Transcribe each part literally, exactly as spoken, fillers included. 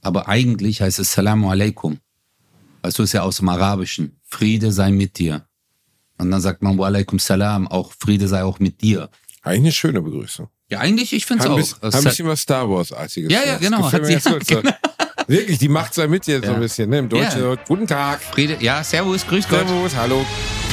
aber eigentlich heißt es Salamu alaikum. Weißt du, ist ja aus dem Arabischen. Friede sei mit dir. Und dann sagt man wa alaikum salam, auch Friede sei auch mit dir. Eigentlich eine schöne Begrüßung. Ja, eigentlich, ich finde es auch. Bisschen, Hat ein bisschen was Star Wars-artiges. Ja, ja, genau. Hat sie, ja, genau. Wirklich, die Macht sei mit dir ja. so ein bisschen, ne? Im Deutschen. Ja. Guten Tag. Friede, ja, servus, grüß Gott. Servus, hallo.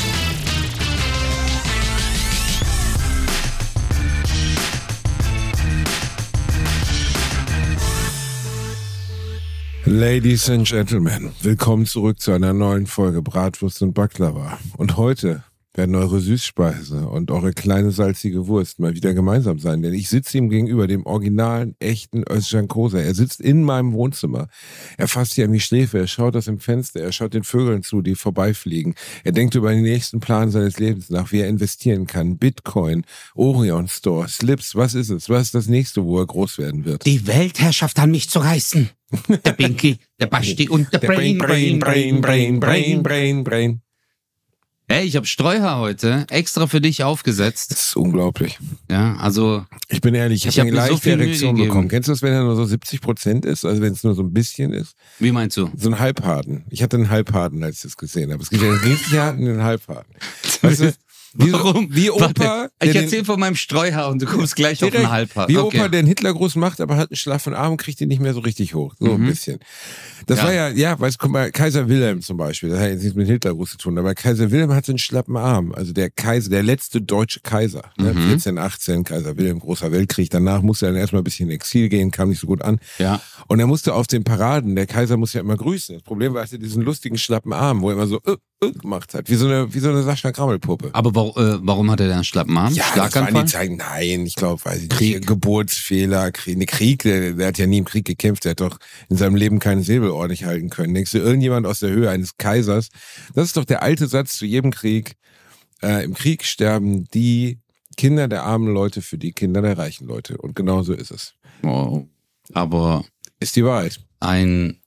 Ladies and Gentlemen, willkommen zurück zu einer neuen Folge Bratwurst und Baklava. Und heute werden eure Süßspeise und eure kleine salzige Wurst mal wieder gemeinsam sein, denn ich sitze ihm gegenüber, dem originalen, echten Özcan Kosa. Er sitzt in meinem Wohnzimmer. Er fasst hier an die Schläfe, er schaut aus dem Fenster, er schaut den Vögeln zu, die vorbeifliegen. Er denkt über den nächsten Plan seines Lebens nach, wie er investieren kann. Bitcoin, Orion Store, Slips, was ist es? Was ist das nächste, wo er groß werden wird? Die Weltherrschaft an mich zu reißen. Der Binky, der Basti und der, der Brain, Brain, Brain, Brain, Brain, Brain, Brain, Brain. Hey, ich habe Streuhaar heute extra für dich aufgesetzt. Das ist unglaublich. Ja, also... Ich bin ehrlich, ich, ich habe hab eine leichte so Erektion bekommen. Kennst du das, wenn er nur so siebzig Prozent ist? Also wenn es nur so ein bisschen ist? Wie meinst du? So ein Halbharten. Ich hatte einen Halbharten, als ich das gesehen habe. Es gibt ja den richtig harten und den Halbharten. Weißt du? Wie, Warum? Wie Opa. Ich erzähle von meinem Streuhaar und du kommst gleich direkt auf den Halbhaar. Wie okay. Opa, der einen Hitler groß macht, aber hat einen schlaffen Arm und kriegt ihn nicht mehr so richtig hoch. So mhm. ein bisschen. Das ja. war ja, ja, weißt du, guck mal, Kaiser Wilhelm zum Beispiel, das hat jetzt nichts mit Hitler groß zu tun, aber Kaiser Wilhelm hatte einen schlappen Arm. Also der Kaiser, der letzte deutsche Kaiser. Mhm. Ne? vierzehn, achtzehn, Kaiser Wilhelm, großer Weltkrieg. Danach musste er dann erstmal ein bisschen in Exil gehen, kam nicht so gut an. Ja. Und er musste auf den Paraden, der Kaiser muss ja immer grüßen. Das Problem war, er hatte diesen lustigen schlappen Arm, wo er immer so, äh, gemacht hat, wie so eine wie so eine Sascha Krammelpuppe. Aber warum, äh, warum hat er denn einen schlappen Arm? Ja, das waren die Zeiten, nein, ich glaube, weiß ich Krieg. nicht, Geburtsfehler, Krieg, ne, Krieg, der, der hat ja nie im Krieg gekämpft, der hat doch in seinem Leben keinen Säbel ordentlich halten können. Denkst du, irgendjemand aus der Höhe eines Kaisers, das ist doch der alte Satz zu jedem Krieg, äh, im Krieg sterben die Kinder der armen Leute für die Kinder der reichen Leute. Und genau so ist es. Oh, aber... Ist die Wahrheit. Ein...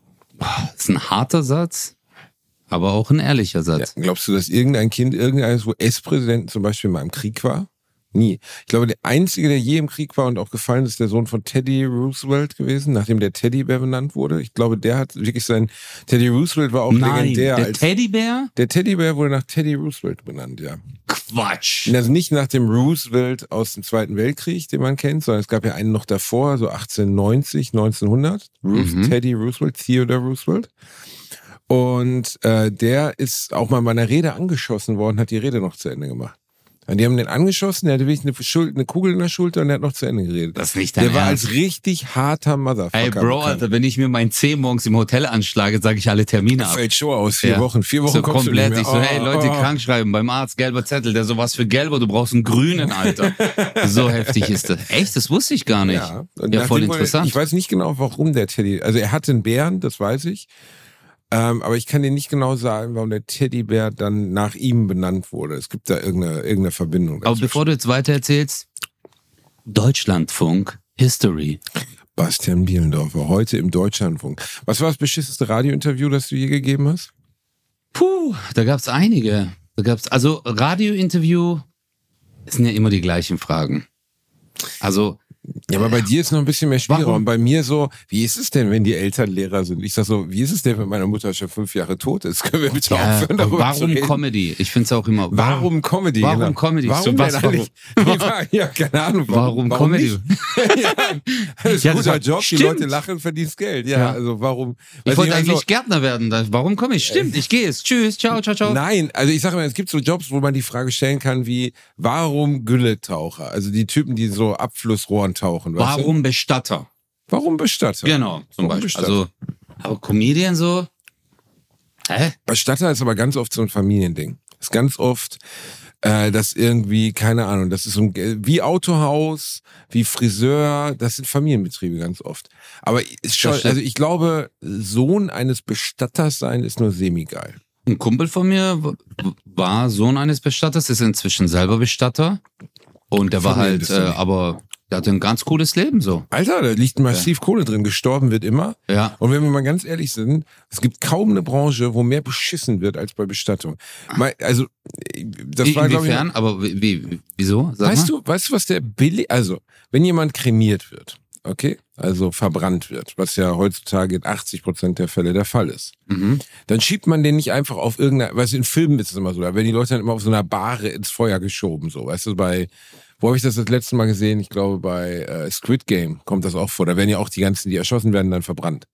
ist ein harter Satz. Aber auch ein ehrlicher Satz. Ja, glaubst du, dass irgendein Kind irgendeines U S-Präsidenten zum Beispiel mal im Krieg war? Nie. Ich glaube, der Einzige, der je im Krieg war und auch gefallen ist, der Sohn von Teddy Roosevelt gewesen, nachdem der Teddybär benannt wurde. Ich glaube, der hat wirklich sein... Teddy Roosevelt war auch Nein, legendär. der als, Teddybär? Der Teddybär wurde nach Teddy Roosevelt benannt, ja. Quatsch. Also nicht nach dem Roosevelt aus dem Zweiten Weltkrieg, den man kennt, sondern es gab ja einen noch davor, so achtzehnhundertneunzig, neunzehnhundert. Roos, mhm. Teddy Roosevelt, Theodore Roosevelt. Und äh, der ist auch mal bei einer Rede angeschossen worden, hat die Rede noch zu Ende gemacht. Und die haben den angeschossen, der hatte wirklich eine, Schul- eine Kugel in der Schulter und der hat noch zu Ende geredet. Das ist nicht dein Der war Ernst. als richtig harter Motherfucker. Ey, Bro, bekannt. Alter, wenn ich mir mein Zeh morgens im Hotel anschlage, sage ich alle Termine ab. Fällt schon aus, vier ja. Wochen. Vier Wochen so kommst komplett. du nicht Ich mehr. so, hey Leute, oh, oh. krank schreiben beim Arzt, gelber Zettel. Der so, was für gelber, du brauchst einen grünen, Alter. So heftig ist das. Echt, das wusste ich gar nicht. Ja, ja voll interessant. Ich weiß nicht genau, warum der Teddy, also er hatte einen Bären, das weiß ich. Ähm, aber ich kann dir nicht genau sagen, warum der Teddybär dann nach ihm benannt wurde. Es gibt da irgendeine, irgendeine Verbindung dazwischen. Aber bevor du jetzt weiter erzählst, Deutschlandfunk History. Bastian Bielendorfer, heute im Deutschlandfunk. Was war das beschissenste Radiointerview, das du je gegeben hast? Puh, da gab's einige. Da gab's, also Radiointerview, das sind ja immer die gleichen Fragen. Also... Ja, aber bei dir ist noch ein bisschen mehr Spielraum. Warum? Bei mir so, wie ist es denn, wenn die Eltern Lehrer sind? Ich sag so, wie ist es denn, wenn meine Mutter schon fünf Jahre tot ist? Können wir bitte ja, aufhören, darüber warum zu reden? Comedy? Ich find's auch immer... Warum Comedy? Warum genau. Comedy? Warum so, was, warum? Warum? Ja, keine Ahnung. Warum, warum Comedy? ja, das ist ja, ein guter das Job, stimmt. die Leute lachen, verdienst Geld. Ja, ja. also warum? Ich wollte eigentlich so, Gärtner werden. Warum komme ich? Stimmt, ich gehe jetzt. Tschüss, ciao, ciao, ciao. Nein, also ich sage mal, es gibt so Jobs, wo man die Frage stellen kann wie, warum Gülletaucher? Also die Typen, die so Abflussrohren tauchen. Weißt Warum du? Bestatter? Warum Bestatter? Genau, zum Warum Beispiel. Bestatter? Also, aber Comedian so? Hä? Bestatter ist aber ganz oft so ein Familiending. Ist ganz oft, äh, das irgendwie, keine Ahnung, das ist so ein, wie Autohaus, wie Friseur, das sind Familienbetriebe ganz oft. Aber ist schon, also ich glaube, Sohn eines Bestatters sein ist nur semi-geil. Ein Kumpel von mir war Sohn eines Bestatters, ist inzwischen selber Bestatter. Und der war halt, äh, aber... Der hatte ein ganz cooles Leben so. Alter, da liegt massiv ja. Kohle drin. Gestorben wird immer. Ja. Und wenn wir mal ganz ehrlich sind, es gibt kaum eine Branche, wo mehr beschissen wird als bei Bestattung. Also, das In, war, glaube ich... Inwiefern? Aber wie, wie, wieso? Sag weißt mal. du, weißt du, was der billig... Also, wenn jemand kremiert wird okay, also verbrannt wird, was ja heutzutage in achtzig Prozent der Fälle der Fall ist, Mhm. dann schiebt man den nicht einfach auf irgendeiner, weißt du, in Filmen ist es immer so, da werden die Leute dann immer auf so einer Bahre ins Feuer geschoben, so, weißt du, bei, wo habe ich das das letzte Mal gesehen? Ich glaube, bei äh, Squid Game kommt das auch vor, da werden ja auch die ganzen, die erschossen werden, dann verbrannt.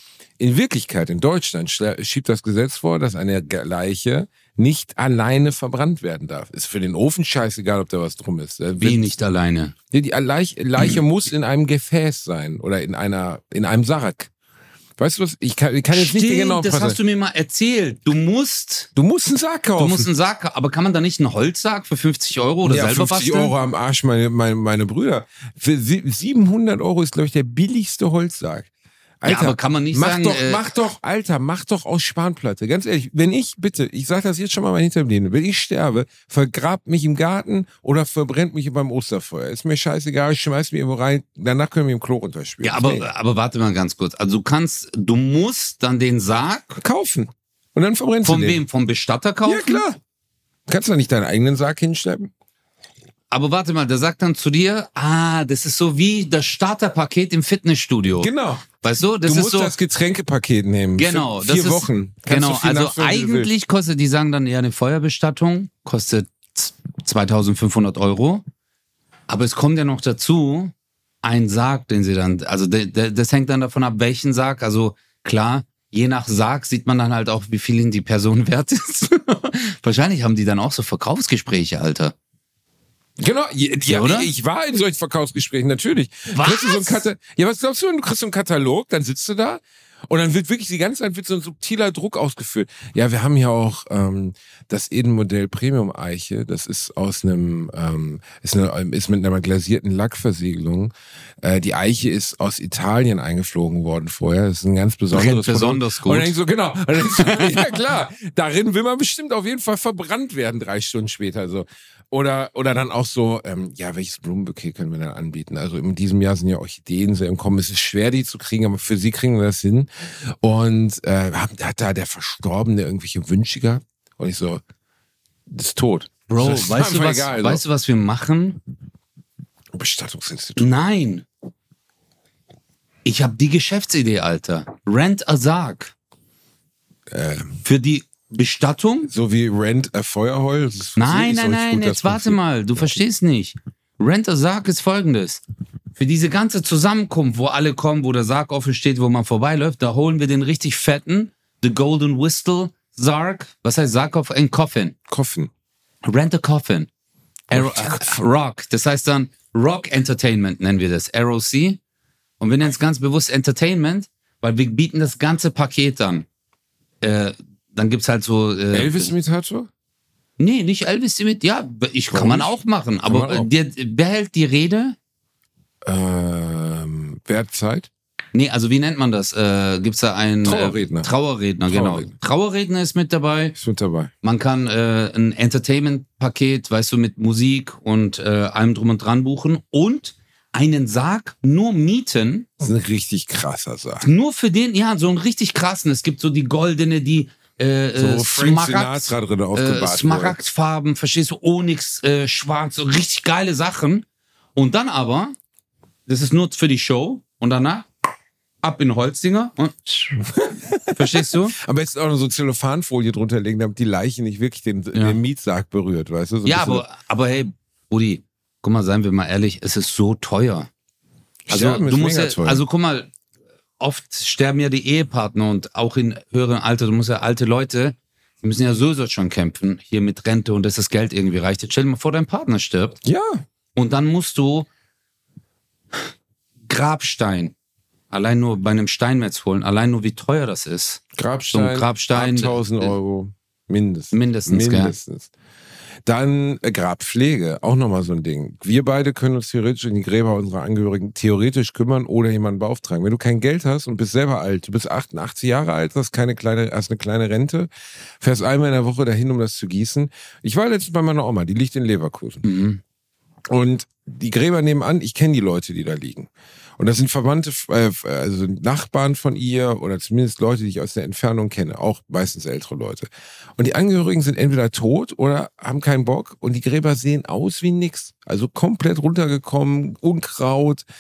In Wirklichkeit, in Deutschland, schiebt das Gesetz vor, dass eine Leiche nicht alleine verbrannt werden darf. Ist für den Ofen scheißegal, ob da was drum ist. Wie nicht alleine? Die, die Leiche, Leiche muss in einem Gefäß sein oder in einer, in einem Sarg. Weißt du was? Ich kann, ich kann jetzt Stimmt, nicht genau das passen. hast du mir mal erzählt. Du musst, Du musst einen Sarg kaufen. du musst einen Sarg, ka- aber kann man da nicht einen Holzsarg für fünfzig Euro oder ja, selber fünfzig basteln? Euro am Arsch, meine, meine, meine Brüder. Für sie- siebenhundert Euro ist, glaube ich, der billigste Holzsarg. Alter, Ja, aber kann man nicht mach sagen, Doch, äh, mach doch, Alter, mach doch aus Spanplatte. Ganz ehrlich, wenn ich, bitte, ich sag das jetzt schon mal meinen Hinterbliebenen, wenn ich sterbe, vergrabt mich im Garten oder verbrennt mich beim Osterfeuer. Ist mir scheißegal, ich schmeiß mich irgendwo rein, danach können wir im Klo runterspielen. Ja, Ist mir aber, egal. aber warte mal ganz kurz. Also du kannst, du musst dann den Sarg Kaufen. Und dann verbrennst von du den. wem? Vom Bestatter kaufen? Ja, klar. Kannst du nicht deinen eigenen Sarg hinschleppen? Aber warte mal, der sagt dann zu dir, ah, das ist so wie das Starterpaket im Fitnessstudio. Genau. Weißt du, das du ist musst so. das Getränkepaket nehmen. Genau, Für das vier ist, Wochen. Kannst Genau, du viel also nachfüllen, wie du willst. eigentlich kostet, die sagen dann, ja, eine Feuerbestattung kostet zweitausendfünfhundert Euro. Aber es kommt ja noch dazu, ein Sarg, den sie dann, also de, de, das hängt dann davon ab, welchen Sarg. Also klar, je nach Sarg sieht man dann halt auch, wie viel ihnen die Person wert ist. Wahrscheinlich haben die dann auch so Verkaufsgespräche, Alter. Genau, ja, Ja, oder? ich war in solchen Verkaufsgesprächen, natürlich. Was? Kriegst du so einen Kata- ja, was glaubst du, wenn du kriegst so einen Katalog, dann sitzt du da und dann wird wirklich die ganze Zeit wird so ein subtiler Druck ausgeführt. Ja, wir haben ja auch ähm, das Eden-Modell Premium Eiche, das ist aus einem, ähm, ist, eine, ist mit einer glasierten Lackversiegelung. Äh, die Eiche ist aus Italien eingeflogen worden vorher, das ist ein ganz besonderes Brennt besonders Produkt. gut. Und dann denk ich so, genau, und dann denk ich so, ja klar, darin will man bestimmt auf jeden Fall verbrannt werden, drei Stunden später, so. Oder, oder dann auch so, ähm, ja, welches Blumenbouquet können wir dann anbieten? Also in diesem Jahr sind ja Orchideen sehr im Kommen. Es ist schwer, die zu kriegen, aber für sie kriegen wir das hin. Und äh, hat, hat da der Verstorbene irgendwelche Wünsche gehabt? Und ich so, das ist tot. Bro, Das ist weißt du, einfach was, egal, weißt du, was wir machen? so. Bestattungsinstitut. Nein. Ich habe die Geschäftsidee, Alter. Rent a Sarg. Ähm, Für die Bestattung? so wie Rent a Feuerheul. Das ist Nein, nicht nein, so nein, gut, das jetzt warte Prinzip. mal, du verstehst nicht. Rent a Sarg ist folgendes. Für diese ganze Zusammenkunft, wo alle kommen, wo der Sarg offen steht, wo man vorbeiläuft, da holen wir den richtig fetten, The Golden Whistle Sarg. Was heißt Sarg auf ein Coffin? Coffin. Rent a Coffin. Aero, äh, Rock. Das heißt dann Rock Entertainment nennen wir das. R O C. Und wir nennen es ganz bewusst Entertainment, weil wir bieten das ganze Paket an. Äh, dann gibt's halt so... Äh, Elvis-Imitator? Nee, nicht Elvis mit. Ja, ich kann Warum man nicht? auch machen. Kann Aber man auch. der, wer hält die Rede? Ähm, wer hat Zeit? Nee, also wie nennt man das? Äh, gibt's da einen Trauerredner. Äh, Trauerredner, genau. Trauerredner. Trauerredner ist mit dabei. Ist mit dabei. Man kann äh, ein Entertainment-Paket, weißt du, mit Musik und äh, allem drum und dran buchen und einen Sarg nur mieten. Das ist ein richtig krasser Sarg. Nur für den, ja, so einen richtig krassen. Es gibt so die goldene, die äh, So äh, Frank Smaragd, Sinatra drin äh, aufgebahrt wurde. Smaragdfarben, verstehst du, Onyx, äh, schwarz, so richtig geile Sachen. Und dann aber, das ist nur für die Show und danach ab in Holzdinger und verstehst du? Am besten auch noch so Zellophanfolie drunter legen, damit die Leiche nicht wirklich den, Ja. den Mietsarg berührt, weißt du? So ein Ja, bisschen- aber, aber hey, Rudi, guck mal, seien wir mal ehrlich, es ist so teuer. Also Sterben ist du musst mega ja, teuer. also guck mal, oft sterben ja die Ehepartner und auch in höherem Alter, du musst ja alte Leute, die müssen ja sowieso schon kämpfen, hier mit Rente und dass das Geld irgendwie reicht. Jetzt stell dir mal vor, dein Partner stirbt ja, und dann musst du Grabstein, allein nur bei einem Steinmetz holen, allein nur wie teuer das ist. Grabstein, So ein Grabstein, tausend äh, Euro mindestens. mindestens, gell? Mindestens. Dann äh, Grabpflege, auch nochmal so ein Ding. Wir beide können uns theoretisch in die Gräber unserer Angehörigen theoretisch kümmern oder jemanden beauftragen. Wenn du kein Geld hast und bist selber alt, du bist achtundachtzig Jahre alt, hast keine kleine, hast eine kleine Rente, fährst einmal in der Woche dahin, um das zu gießen. Ich war letztens bei meiner Oma, die liegt in Leverkusen. Mhm. Und die Gräber nebenan, ich kenne die Leute, die da liegen. Und das sind Verwandte, äh, also Nachbarn von ihr oder zumindest Leute, die ich aus der Entfernung kenne, auch meistens ältere Leute. Und die Angehörigen sind entweder tot oder haben keinen Bock und die Gräber sehen aus wie nix. Also komplett runtergekommen, Unkraut.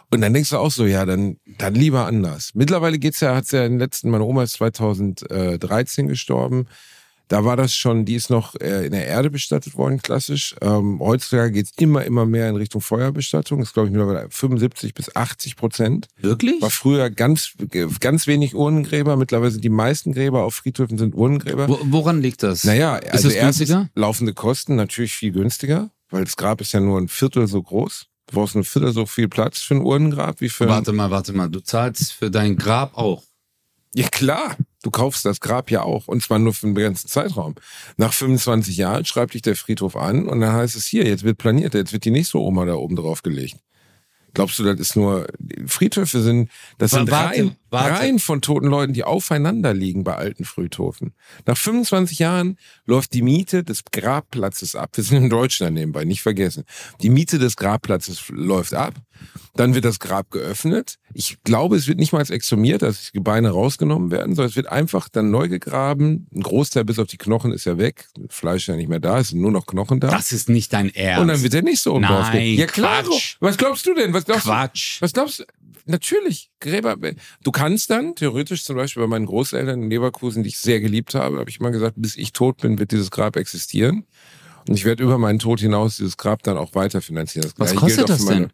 Und dann denkst du auch so, ja, dann, dann lieber anders. Mittlerweile geht's ja, hat's ja in den letzten, meine Oma ist zweitausenddreizehn gestorben. Da war das schon, die ist noch in der Erde bestattet worden, klassisch. Ähm, heutzutage geht's immer, immer mehr in Richtung Feuerbestattung. Das ist, glaube ich, mittlerweile fünfundsiebzig bis achtzig Prozent. Wirklich? War früher ganz, ganz wenig Urnengräber. Mittlerweile sind die meisten Gräber auf Friedhöfen sind Urnengräber. Wo, woran liegt das? Naja, ist also das günstiger? Laufende Kosten natürlich viel günstiger, weil das Grab ist ja nur ein Viertel so groß. Du brauchst ein Viertel so viel Platz für ein Urnengrab wie für... Warte mal, warte mal. Du zahlst für dein Grab auch? Ja klar, du kaufst das Grab ja auch und zwar nur für einen begrenzten Zeitraum. Nach fünfundzwanzig Jahren schreibt dich der Friedhof an und dann heißt es hier, jetzt wird planiert, jetzt wird die nächste Oma da oben drauf gelegt. Glaubst du, das ist nur, Friedhöfe sind, das sind Warte, Reihen, warte. Reihen von toten Leuten, die aufeinander liegen bei alten Friedhöfen. Nach fünfundzwanzig Jahren läuft die Miete des Grabplatzes ab. Wir sind in Deutschland nebenbei, nicht vergessen. Die Miete des Grabplatzes läuft ab. Dann wird das Grab geöffnet. Ich glaube, es wird nicht mal exhumiert, dass die Gebeine rausgenommen werden, sondern es wird einfach dann neu gegraben. Ein Großteil bis auf die Knochen ist ja weg. Fleisch ist ja nicht mehr da, es sind nur noch Knochen da. Das ist nicht dein Ernst. Und dann wird der nächste oben drauf Nein, gelegt. Ja klar. Quatsch. Was glaubst du denn? Was glaubst Quatsch. Du? Was glaubst du? Natürlich, Gräber. Du kannst dann theoretisch zum Beispiel bei meinen Großeltern in Leverkusen, die ich sehr geliebt habe, habe ich immer gesagt, bis ich tot bin, wird dieses Grab existieren. Und ich werde über meinen Tod hinaus dieses Grab dann auch weiterfinanzieren. Was kostet das denn?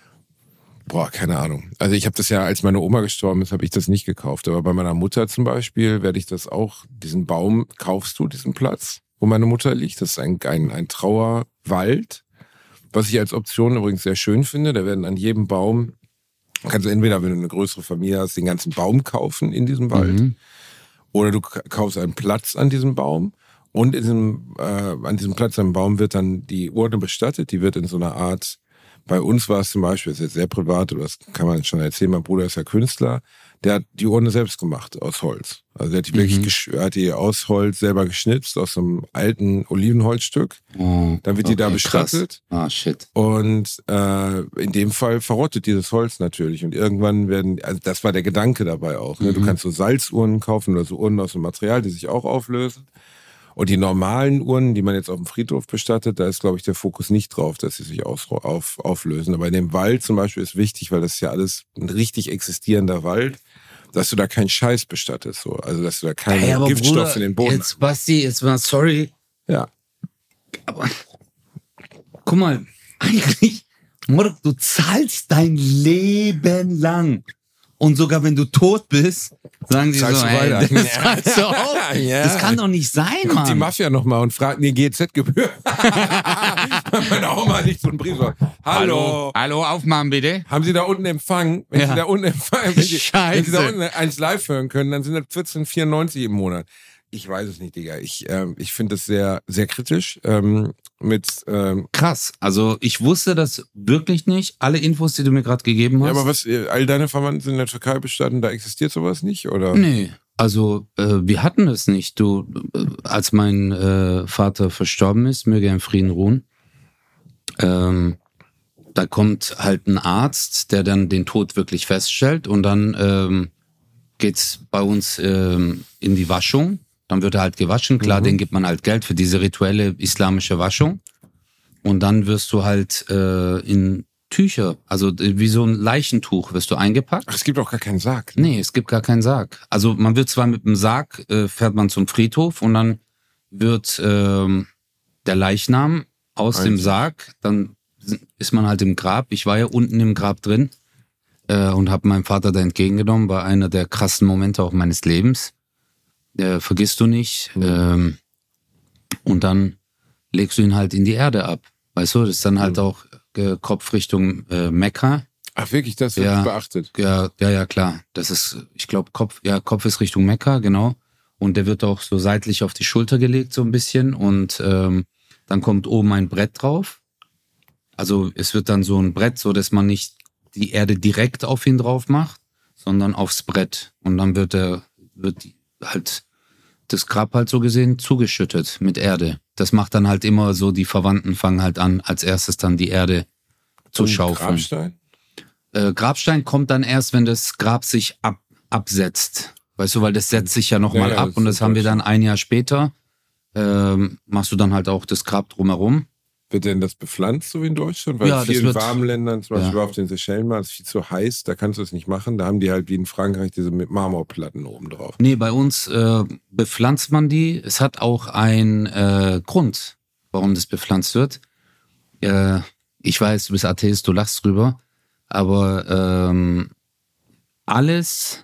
Boah, keine Ahnung. Also ich habe das ja, als meine Oma gestorben ist, habe ich das nicht gekauft. Aber bei meiner Mutter zum Beispiel werde ich das auch, diesen Baum kaufst du, diesen Platz, wo meine Mutter liegt. Das ist ein, ein, ein Trauerwald, was ich als Option übrigens sehr schön finde. Da werden an jedem Baum, kannst du entweder, wenn du eine größere Familie hast, den ganzen Baum kaufen in diesem Wald. Mhm. Oder du kaufst einen Platz an diesem Baum. Und in diesem, äh, an diesem Platz am Baum wird dann die Urne bestattet. Die wird in so einer Art... Bei uns war es zum Beispiel, das ist jetzt sehr privat, aber das kann man schon erzählen, mein Bruder ist ja Künstler, der hat die Urne selbst gemacht, aus Holz. Also der hat die, mhm. wirklich gesch- hat die aus Holz selber geschnitzt, aus so einem alten Olivenholzstück. Oh, Dann wird okay, die da bestattet. Ah, shit. Und äh, in dem Fall verrottet dieses Holz natürlich. Und irgendwann werden, also das war der Gedanke dabei auch. Ne? Mhm. Du kannst so Salzurnen kaufen oder so Urnen aus dem Material, die sich auch auflösen. Und die normalen Urnen, die man jetzt auf dem Friedhof bestattet, da ist, glaube ich, der Fokus nicht drauf, dass sie sich aus, auf, auflösen. Aber in dem Wald zum Beispiel ist wichtig, weil das ist ja alles ein richtig existierender Wald, dass du da keinen Scheiß bestattest. So. Also, dass du da keinen hey, Giftstoff Bruder, in den Boden... Jetzt, Basti, jetzt mal sorry. Ja. Aber guck mal, eigentlich, Murat, du zahlst dein Leben lang. Und sogar wenn du tot bist, sagen die Zahlst so, du hey, weiter. das, zahlst du auch. Ja. Das kann doch nicht sein, Kommt Mann. die Mafia nochmal und fragt die G Z-Gebühr. Meine Oma nicht so ein Brief. Hallo. Hallo, Hallo, aufmachen bitte. Haben Sie da unten Empfang? Wenn Ja. Sie da unten empfangen, wenn Sie, Scheiße. wenn Sie da unten eins live hören können, dann sind das vierzehn vierundneunzig im Monat. Ich weiß es nicht, Digga. Ich, ähm, ich finde das sehr, sehr kritisch. Ähm, mit, ähm, Krass. Also ich wusste das wirklich nicht. Alle Infos, die du mir gerade gegeben hast. ja, aber was, äh, all deine Verwandten sind in der Türkei bestattet, da existiert sowas nicht, oder? Nee. Also äh, wir hatten es nicht. Du, äh, als mein äh, Vater verstorben ist, möge er in Frieden ruhen, ähm, da kommt halt ein Arzt, der dann den Tod wirklich feststellt und dann ähm, geht's bei uns ähm, in die Waschung. Dann wird er halt gewaschen. Klar, mhm. den gibt man halt Geld für diese rituelle islamische Waschung. Und dann wirst du halt äh, in Tücher, also wie so ein Leichentuch wirst du eingepackt. Ach, es gibt auch gar keinen Sarg. Ne? Nee, es gibt gar keinen Sarg. Also man wird zwar mit dem Sarg, äh, fährt man zum Friedhof und dann wird ähm, der Leichnam aus Einzig. dem Sarg, dann ist man halt im Grab. Ich war ja unten im Grab drin äh, und habe meinen Vater da entgegengenommen. War einer der krassen Momente auch meines Lebens. Äh, vergisst du nicht. Mhm. Ähm, und dann legst du ihn halt in die Erde ab. Weißt du, das ist dann halt mhm. auch äh, Kopf Richtung äh, Mekka. Ach wirklich, das wird ja, beachtet? Ja, ja, ja, klar. Das ist, ich glaube, Kopf, ja, Kopf ist Richtung Mekka, genau. Und der wird auch so seitlich auf die Schulter gelegt, so ein bisschen. Und ähm, dann kommt oben ein Brett drauf. Also es wird dann so ein Brett, so dass man nicht die Erde direkt auf ihn drauf macht, sondern aufs Brett. Und dann wird er, wird halt das Grab halt so gesehen zugeschüttet mit Erde. Das macht dann halt immer so, die Verwandten fangen halt an, als erstes dann die Erde zu schaufeln. Grabstein? Äh, Grabstein kommt dann erst, wenn das Grab sich ab, absetzt. Weißt du, weil das setzt sich ja nochmal ja, ja, ab und das haben wir dann ein Jahr später. Ähm, machst du dann halt auch das Grab drumherum. Wird denn das bepflanzt, so wie in Deutschland? Weil Ja, in das vielen wird- warmen Ländern, zum Beispiel Ja. auf den Seychellen, mal, ist viel zu heiß, da kannst du es nicht machen. Da haben die halt wie in Frankreich diese mit Marmorplatten oben drauf. Nee, bei uns äh, bepflanzt man die. Es hat auch einen äh, Grund, warum das bepflanzt wird. Äh, ich weiß, du bist Atheist, du lachst drüber, aber ähm, alles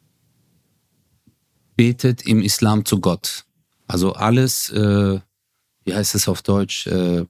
betet im Islam zu Gott. Also alles, äh, wie heißt es auf Deutsch? Äh,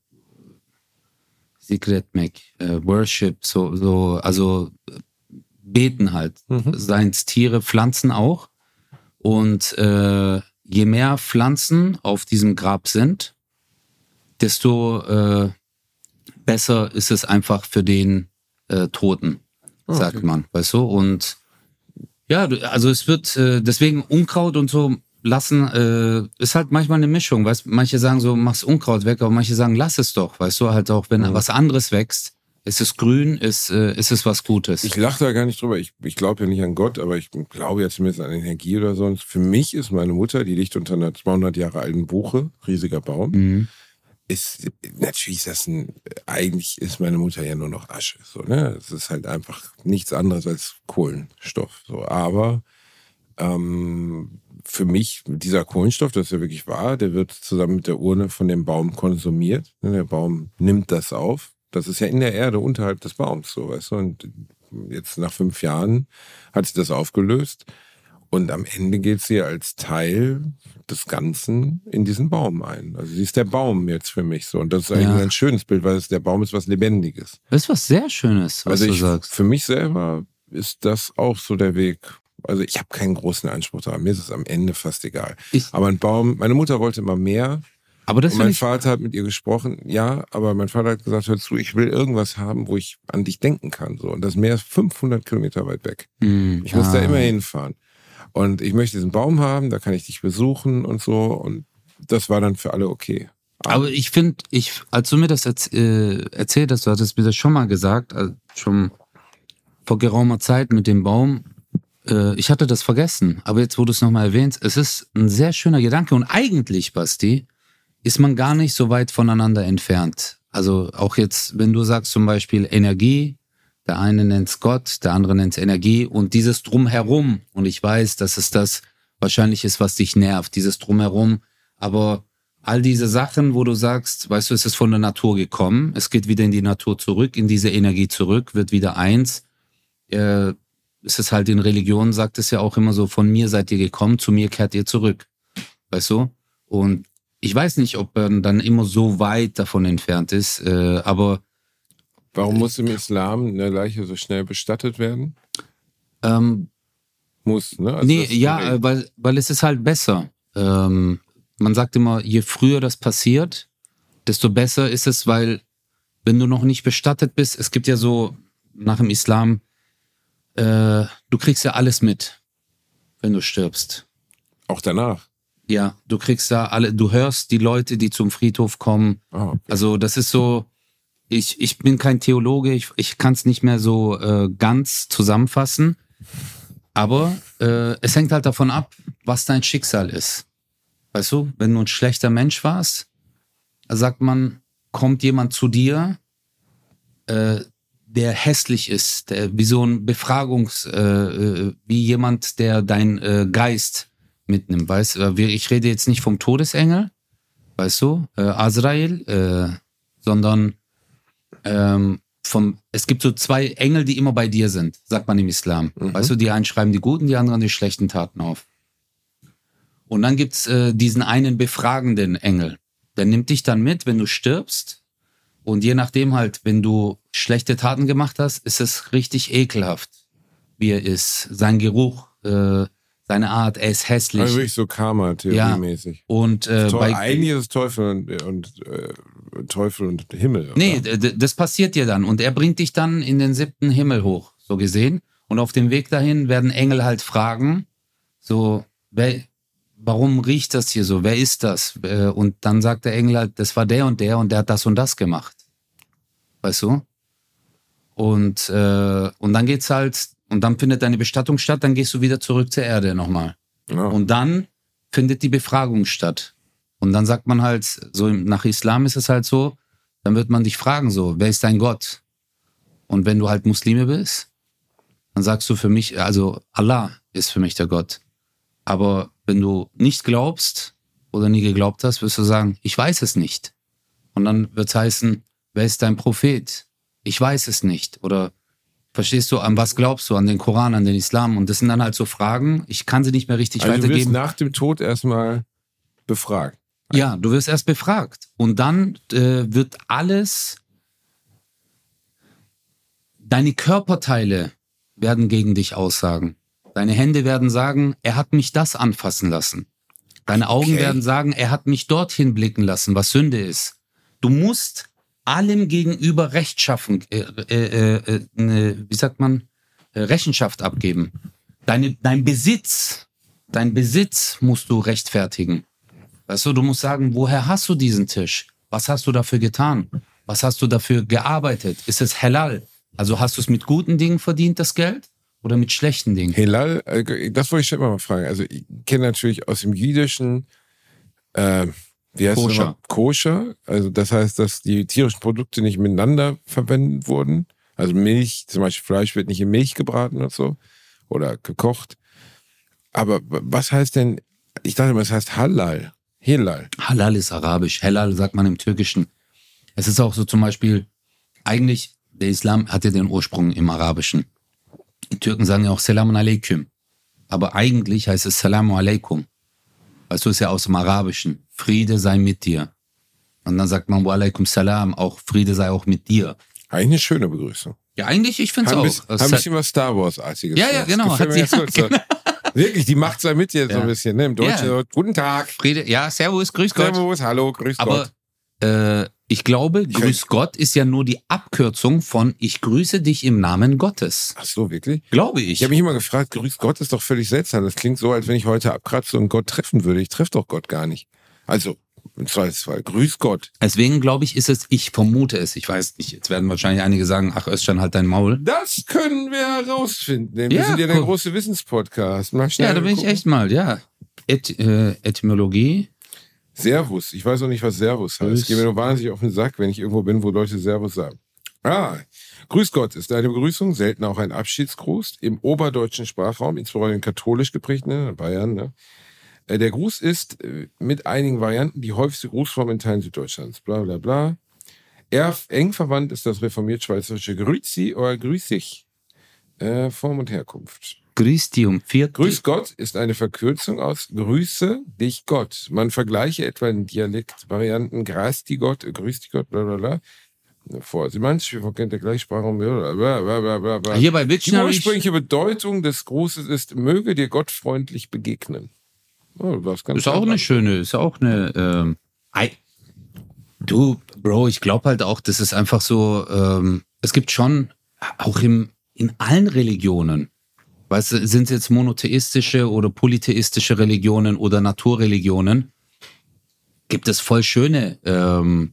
Secret Mac, äh, Worship, so, so, also äh, beten halt. Mhm. Seien es Tiere, Pflanzen auch. Und äh, je mehr Pflanzen auf diesem Grab sind, desto äh, besser ist es einfach für den äh, Toten, Okay. sagt man, weißt du? Und ja, du- also es wird äh, deswegen Unkraut und so lassen, äh, ist halt manchmal eine Mischung, weißt? Manche sagen so, mach's Unkraut weg, aber manche sagen, lass es doch, weißt du? Halt auch, wenn Mhm. was anderes wächst, ist es grün, ist, äh, ist es was Gutes. Ich lache da gar nicht drüber. Ich, ich glaube ja nicht an Gott, aber ich glaube ja zumindest an Energie oder so. Und für mich ist meine Mutter, die liegt unter einer zweihundert Jahre alten Buche, riesiger Baum. Mhm. Ist, natürlich ist das ein, eigentlich ist meine Mutter ja nur noch Asche, so, ne? Es ist halt einfach nichts anderes als Kohlenstoff, so. Aber, ähm, für mich, dieser Kohlenstoff, das ist ja wirklich wahr, der wird zusammen mit der Urne von dem Baum konsumiert. Ne? Der Baum nimmt das auf. Das ist ja in der Erde unterhalb des Baums, so, weißt du? Und jetzt nach fünf Jahren hat sich das aufgelöst. Und am Ende geht sie als Teil des Ganzen in diesen Baum ein. Also sie ist der Baum jetzt für mich so. Und das ist eigentlich Ja. ein schönes Bild, weil es, der Baum ist was Lebendiges. Das ist was sehr Schönes, was Also du ich, sagst. für mich selber ist das auch so der Weg. Also ich habe keinen großen Anspruch daran. Mir ist es am Ende fast egal. Ich, Aber ein Baum, meine Mutter wollte immer mehr. aber das Und finde mein ich, Vater hat mit ihr gesprochen. Ja, aber mein Vater hat gesagt, hör zu, ich will irgendwas haben, wo ich an dich denken kann. So. Und das Meer ist fünfhundert Kilometer weit weg. Mh, Ich muss da ah. immer hinfahren. Und ich möchte diesen Baum haben, da kann ich dich besuchen und so. Und das war dann für alle okay. Aber ich finde, ich, als du mir das erz äh, erzählt hast, du hattest mir das schon mal gesagt, also schon vor geraumer Zeit mit dem Baum, äh, ich hatte das vergessen. Aber jetzt, wo du es nochmal erwähnst, es ist ein sehr schöner Gedanke. Und eigentlich, Basti, ist man gar nicht so weit voneinander entfernt. Also auch jetzt, wenn du sagst zum Beispiel Energie, der eine nennt es Gott, der andere nennt es Energie und dieses Drumherum. Und ich weiß, dass es das wahrscheinlich ist, was dich nervt, dieses Drumherum. Aber all diese Sachen, wo du sagst, weißt du, es ist von der Natur gekommen, es geht wieder in die Natur zurück, in diese Energie zurück, wird wieder eins. Äh, es ist halt in Religion, sagt es ja auch immer so, von mir seid ihr gekommen, zu mir kehrt ihr zurück. Weißt du? Und ich weiß nicht, ob man dann immer so weit davon entfernt ist, äh, aber Warum muss im Islam eine Leiche so schnell bestattet werden? ähm, Muss, ne? Also nee, das ist ja, direkt. äh, weil, weil es ist halt besser. Ähm, man sagt immer, je früher das passiert, desto besser ist es, weil wenn du noch nicht bestattet bist, es gibt ja so nach dem Islam, äh, du kriegst ja alles mit, wenn du stirbst. Auch danach. Ja, du kriegst da alle, du hörst die Leute, die zum Friedhof kommen. Ah, okay. Also das ist so, ich, ich bin kein Theologe, ich, ich kann es nicht mehr so äh, ganz zusammenfassen, aber äh, es hängt halt davon ab, was dein Schicksal ist. Weißt du, wenn du ein schlechter Mensch warst, sagt man, kommt jemand zu dir, äh, der hässlich ist, der, wie so ein Befragungs, äh, äh, wie jemand, der dein äh, Geist mitnimmt, weißt du? Ich rede jetzt nicht vom Todesengel, weißt du, äh, Azrael, äh, sondern ähm, vom, es gibt so zwei Engel, die immer bei dir sind, sagt man im Islam. Mhm. Weißt du, die einen schreiben die guten, die anderen die schlechten Taten auf. Und dann gibt's äh, diesen einen befragenden Engel. Der nimmt dich dann mit, wenn du stirbst. Und je nachdem halt, wenn du schlechte Taten gemacht hast, ist es richtig ekelhaft, wie er ist. Sein Geruch, äh, seine Art, er ist hässlich. Also wirklich so Karma-Theorie-mäßig. Und äh, Toll, bei, eigentlich ist es Teufel und, und äh, Teufel und Himmel. Oder? nee, d- d- das passiert dir dann. Und er bringt dich dann in den siebten Himmel hoch, so gesehen. Und auf dem Weg dahin werden Engel halt fragen, so, wer, warum riecht das hier so? Wer ist das? Äh, Und dann sagt der Engel halt, das war der und der und der hat das und das gemacht. Weißt du? Und, äh, und dann geht's halt, und dann findet deine Bestattung statt, dann gehst du wieder zurück zur Erde nochmal. Ja. Und dann findet die Befragung statt. Und dann sagt man halt, so im- nach Islam ist es halt so, dann wird man dich fragen so, wer ist dein Gott? Und wenn du halt Muslime bist, dann sagst du für mich, also Allah ist für mich der Gott. Aber wenn du nicht glaubst oder nie geglaubt hast, wirst du sagen, ich weiß es nicht. Und dann wird es heißen, wer ist dein Prophet? Ich weiß es nicht. Oder verstehst du, an was glaubst du? An den Koran, an den Islam? Und das sind dann halt so Fragen, ich kann sie nicht mehr richtig also weitergeben. Du wirst nach dem Tod erstmal befragt. Ja, du wirst erst befragt. Und dann äh, wird alles, deine Körperteile werden gegen dich aussagen. Deine Hände werden sagen, er hat mich das anfassen lassen. Deine Augen okay. werden sagen, er hat mich dorthin blicken lassen, was Sünde ist. Du musst allem gegenüber Rechtschaffen, äh, äh, äh, äh, wie sagt man, äh, Rechenschaft abgeben. Deine, dein Besitz, dein Besitz musst du rechtfertigen. Weißt du, du musst sagen, woher hast du diesen Tisch? Was hast du dafür getan? Was hast du dafür gearbeitet? Ist es halal? Also hast du es mit guten Dingen verdient, das Geld? Oder mit schlechten Dingen? Halal, das wollte ich schon mal fragen. Also ich kenne natürlich aus dem Jüdischen, äh, wie heißt Koscher. Das Koscher. Also das heißt, dass die tierischen Produkte nicht miteinander verwendet wurden. Also Milch, zum Beispiel Fleisch wird nicht in Milch gebraten oder so. Oder gekocht. Aber was heißt denn, ich dachte immer, es heißt Halal. Halal. Halal ist arabisch. Halal sagt man im Türkischen. Es ist auch so zum Beispiel, eigentlich, der Islam hat ja den Ursprung im Arabischen. Die Türken sagen ja auch Selamun Aleyküm. Aber eigentlich heißt es Salamu Alaikum. Weißt du, ist ja aus dem Arabischen. Friede sei mit dir. Und dann sagt man Wa Alaikum Salam, auch Friede sei auch mit dir. Eigentlich eine schöne Begrüßung. Ja, eigentlich, ich finde es auch. Bisschen, Hat ein bisschen was Star Wars-artiges. Ja, ja, genau. Hat sie, ja, so. genau. Wirklich, die Macht sei mit dir ja. so ein bisschen. Ne? Im Deutschen ja. so, guten Tag. Friede, ja, Servus, Grüß Gott. Servus, hallo, Grüß Aber, Gott. Aber äh, ich glaube, Grüß Gott ist ja nur die Abkürzung von ich grüße dich im Namen Gottes. Ach so, wirklich? Glaube ich. Ich habe mich immer gefragt, Grüß Gott ist doch völlig seltsam. Das klingt so, als wenn ich heute abkratze und Gott treffen würde. Ich treffe doch Gott gar nicht. Also, im Zweifelsfall, Grüß Gott. Deswegen glaube ich, ist es, ich vermute es, ich weiß nicht, jetzt werden wahrscheinlich einige sagen, ach Özcan, halt dein Maul. Das können wir herausfinden, denn ja, wir sind ja der cool. große Wissenspodcast. Mal schnell ja, da bin gucken. ich echt mal, ja. Et, äh, Etymologie. Servus. Ich weiß auch nicht, was Servus heißt. Es geht mir nur wahnsinnig auf den Sack, wenn ich irgendwo bin, wo Leute Servus sagen. Ah, Grüß Gott ist eine Begrüßung, selten auch ein Abschiedsgruß im oberdeutschen Sprachraum, insbesondere in katholisch geprägten ne, Bayern. Ne. Der Gruß ist mit einigen Varianten die häufigste Grußform in Teilen Süddeutschlands. Bla bla bla. Er, eng verwandt ist das reformiert-schweizerische Grüezi oder Grüß dich. Äh, Form und Herkunft. Grüß die um vier. Grüß Gott ist eine Verkürzung aus Grüße dich Gott. Man vergleiche etwa in Dialektvarianten Grüß die Gott, Grüß die Gott, bla bla bla. Vor Sie manche kennt der Gleichsprachung. Bla bla bla bla bla. Hier bei Witschen die habe ich... ursprüngliche Bedeutung des Grußes ist, möge dir Gott freundlich begegnen. Oh, das ganz ist auch eine schöne, ist auch eine... Ähm, I, du, Bro, ich glaube halt auch, das ist einfach so, ähm, es gibt schon, auch im, in allen Religionen, weißt du, sind es jetzt monotheistische oder polytheistische Religionen oder Naturreligionen, gibt es voll schöne ähm,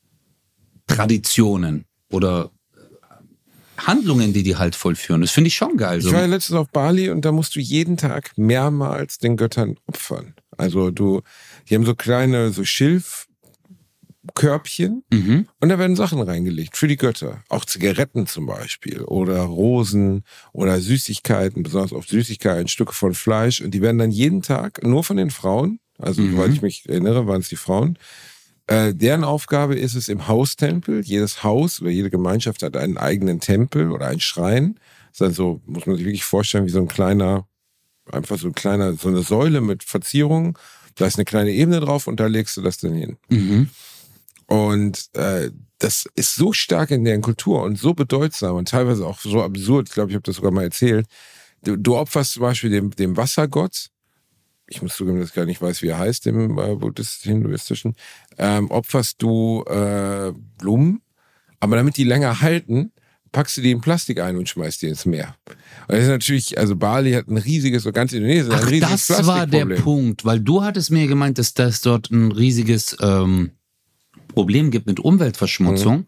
Traditionen oder Handlungen, die die halt vollführen. Das finde ich schon geil. So. Ich war ja letztens auf Bali und da musst du jeden Tag mehrmals den Göttern opfern. Also du, die haben so kleine, so Schilfkörbchen Mhm. und da werden Sachen reingelegt für die Götter. Auch Zigaretten zum Beispiel oder Rosen oder Süßigkeiten, besonders oft Süßigkeiten, Stücke von Fleisch und die werden dann jeden Tag nur von den Frauen, also Mhm. soweit ich mich erinnere, waren es die Frauen, Äh, deren Aufgabe ist es im Haustempel. Jedes Haus oder jede Gemeinschaft hat einen eigenen Tempel oder einen Schrein. Das ist also, muss man sich wirklich vorstellen, wie so ein kleiner, einfach so ein kleiner, so eine Säule mit Verzierung. Da ist eine kleine Ebene drauf und da legst du das dann hin. Mhm. Und äh, das ist so stark in deren Kultur und so bedeutsam und teilweise auch so absurd. Ich glaube, ich habe das sogar mal erzählt. Du, du opferst zum Beispiel dem, dem Wassergott. Ich muss zugeben, dass ich gar nicht weiß, wie er heißt, im äh, buddhist-hinduistischen, ähm, opferst du äh, Blumen, aber damit die länger halten, packst du die in Plastik ein und schmeißt die ins Meer. Und das ist natürlich, also Bali hat ein riesiges, so ganz Indonesien, ein Ach, riesiges das war der Plastikproblem. Punkt, weil du hattest mir gemeint, dass das dort ein riesiges ähm, Problem gibt mit Umweltverschmutzung, Mhm.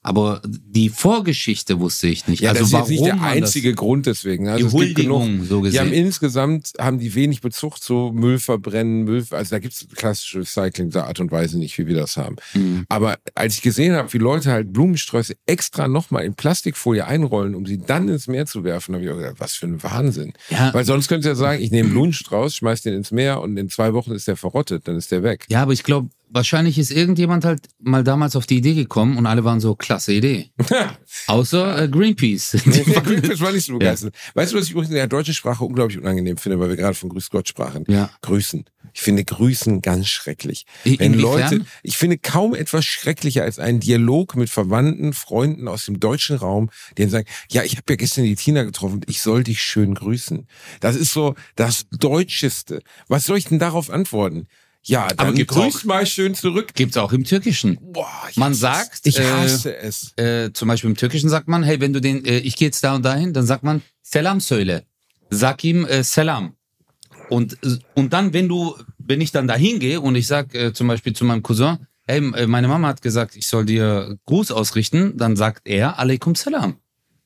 Aber die Vorgeschichte wusste ich nicht. Ja, also das ist warum jetzt nicht der man einzige das, Grund deswegen. Also die es gibt genug, Huldigung, so die haben gesehen. insgesamt haben die wenig Bezug zu Müll verbrennen, Müll, also da gibt es klassische Recycling der Art und Weise nicht, wie wir das haben. Mhm. Aber als ich gesehen habe, wie Leute halt Blumensträuße extra nochmal in Plastikfolie einrollen, um sie dann ins Meer zu werfen, habe ich auch gedacht, was für ein Wahnsinn. Ja. Weil sonst könnt ihr sagen, ich nehme einen Blumenstrauß, schmeiß den ins Meer und in zwei Wochen ist der verrottet, dann ist der weg. Ja, aber ich glaube, wahrscheinlich ist irgendjemand halt mal damals auf die Idee gekommen und alle waren so, klasse Idee. Außer äh, Greenpeace. Nee, Greenpeace war nicht so begeistert. Ja. Weißt du, was ich übrigens in der deutschen Sprache unglaublich unangenehm finde, weil wir gerade von Grüß Gott sprachen? Ja. Grüßen. Ich finde Grüßen ganz schrecklich. In- Wenn inwiefern? Leute, ich finde kaum etwas schrecklicher als einen Dialog mit Verwandten, Freunden aus dem deutschen Raum, die dann sagen, ja, ich habe ja gestern die Tina getroffen, ich soll dich schön grüßen. Das ist so das Deutscheste. Was soll ich denn darauf antworten? Ja, dann gibt's grüß auch- mal schön zurück. Gibt's auch im Türkischen. Boah, ich Man hasse sagt, es. Ich äh, hasse es. Äh, zum Beispiel im Türkischen sagt man, hey, wenn du den, äh, ich gehe jetzt da und dahin, dann sagt man, Selam söyle. Sag ihm äh, Selam. Und, und dann, wenn du, wenn ich dann dahin gehe und ich sag äh, zum Beispiel zu meinem Cousin, hey, äh, meine Mama hat gesagt, ich soll dir Gruß ausrichten, dann sagt er, Alaikum Salam.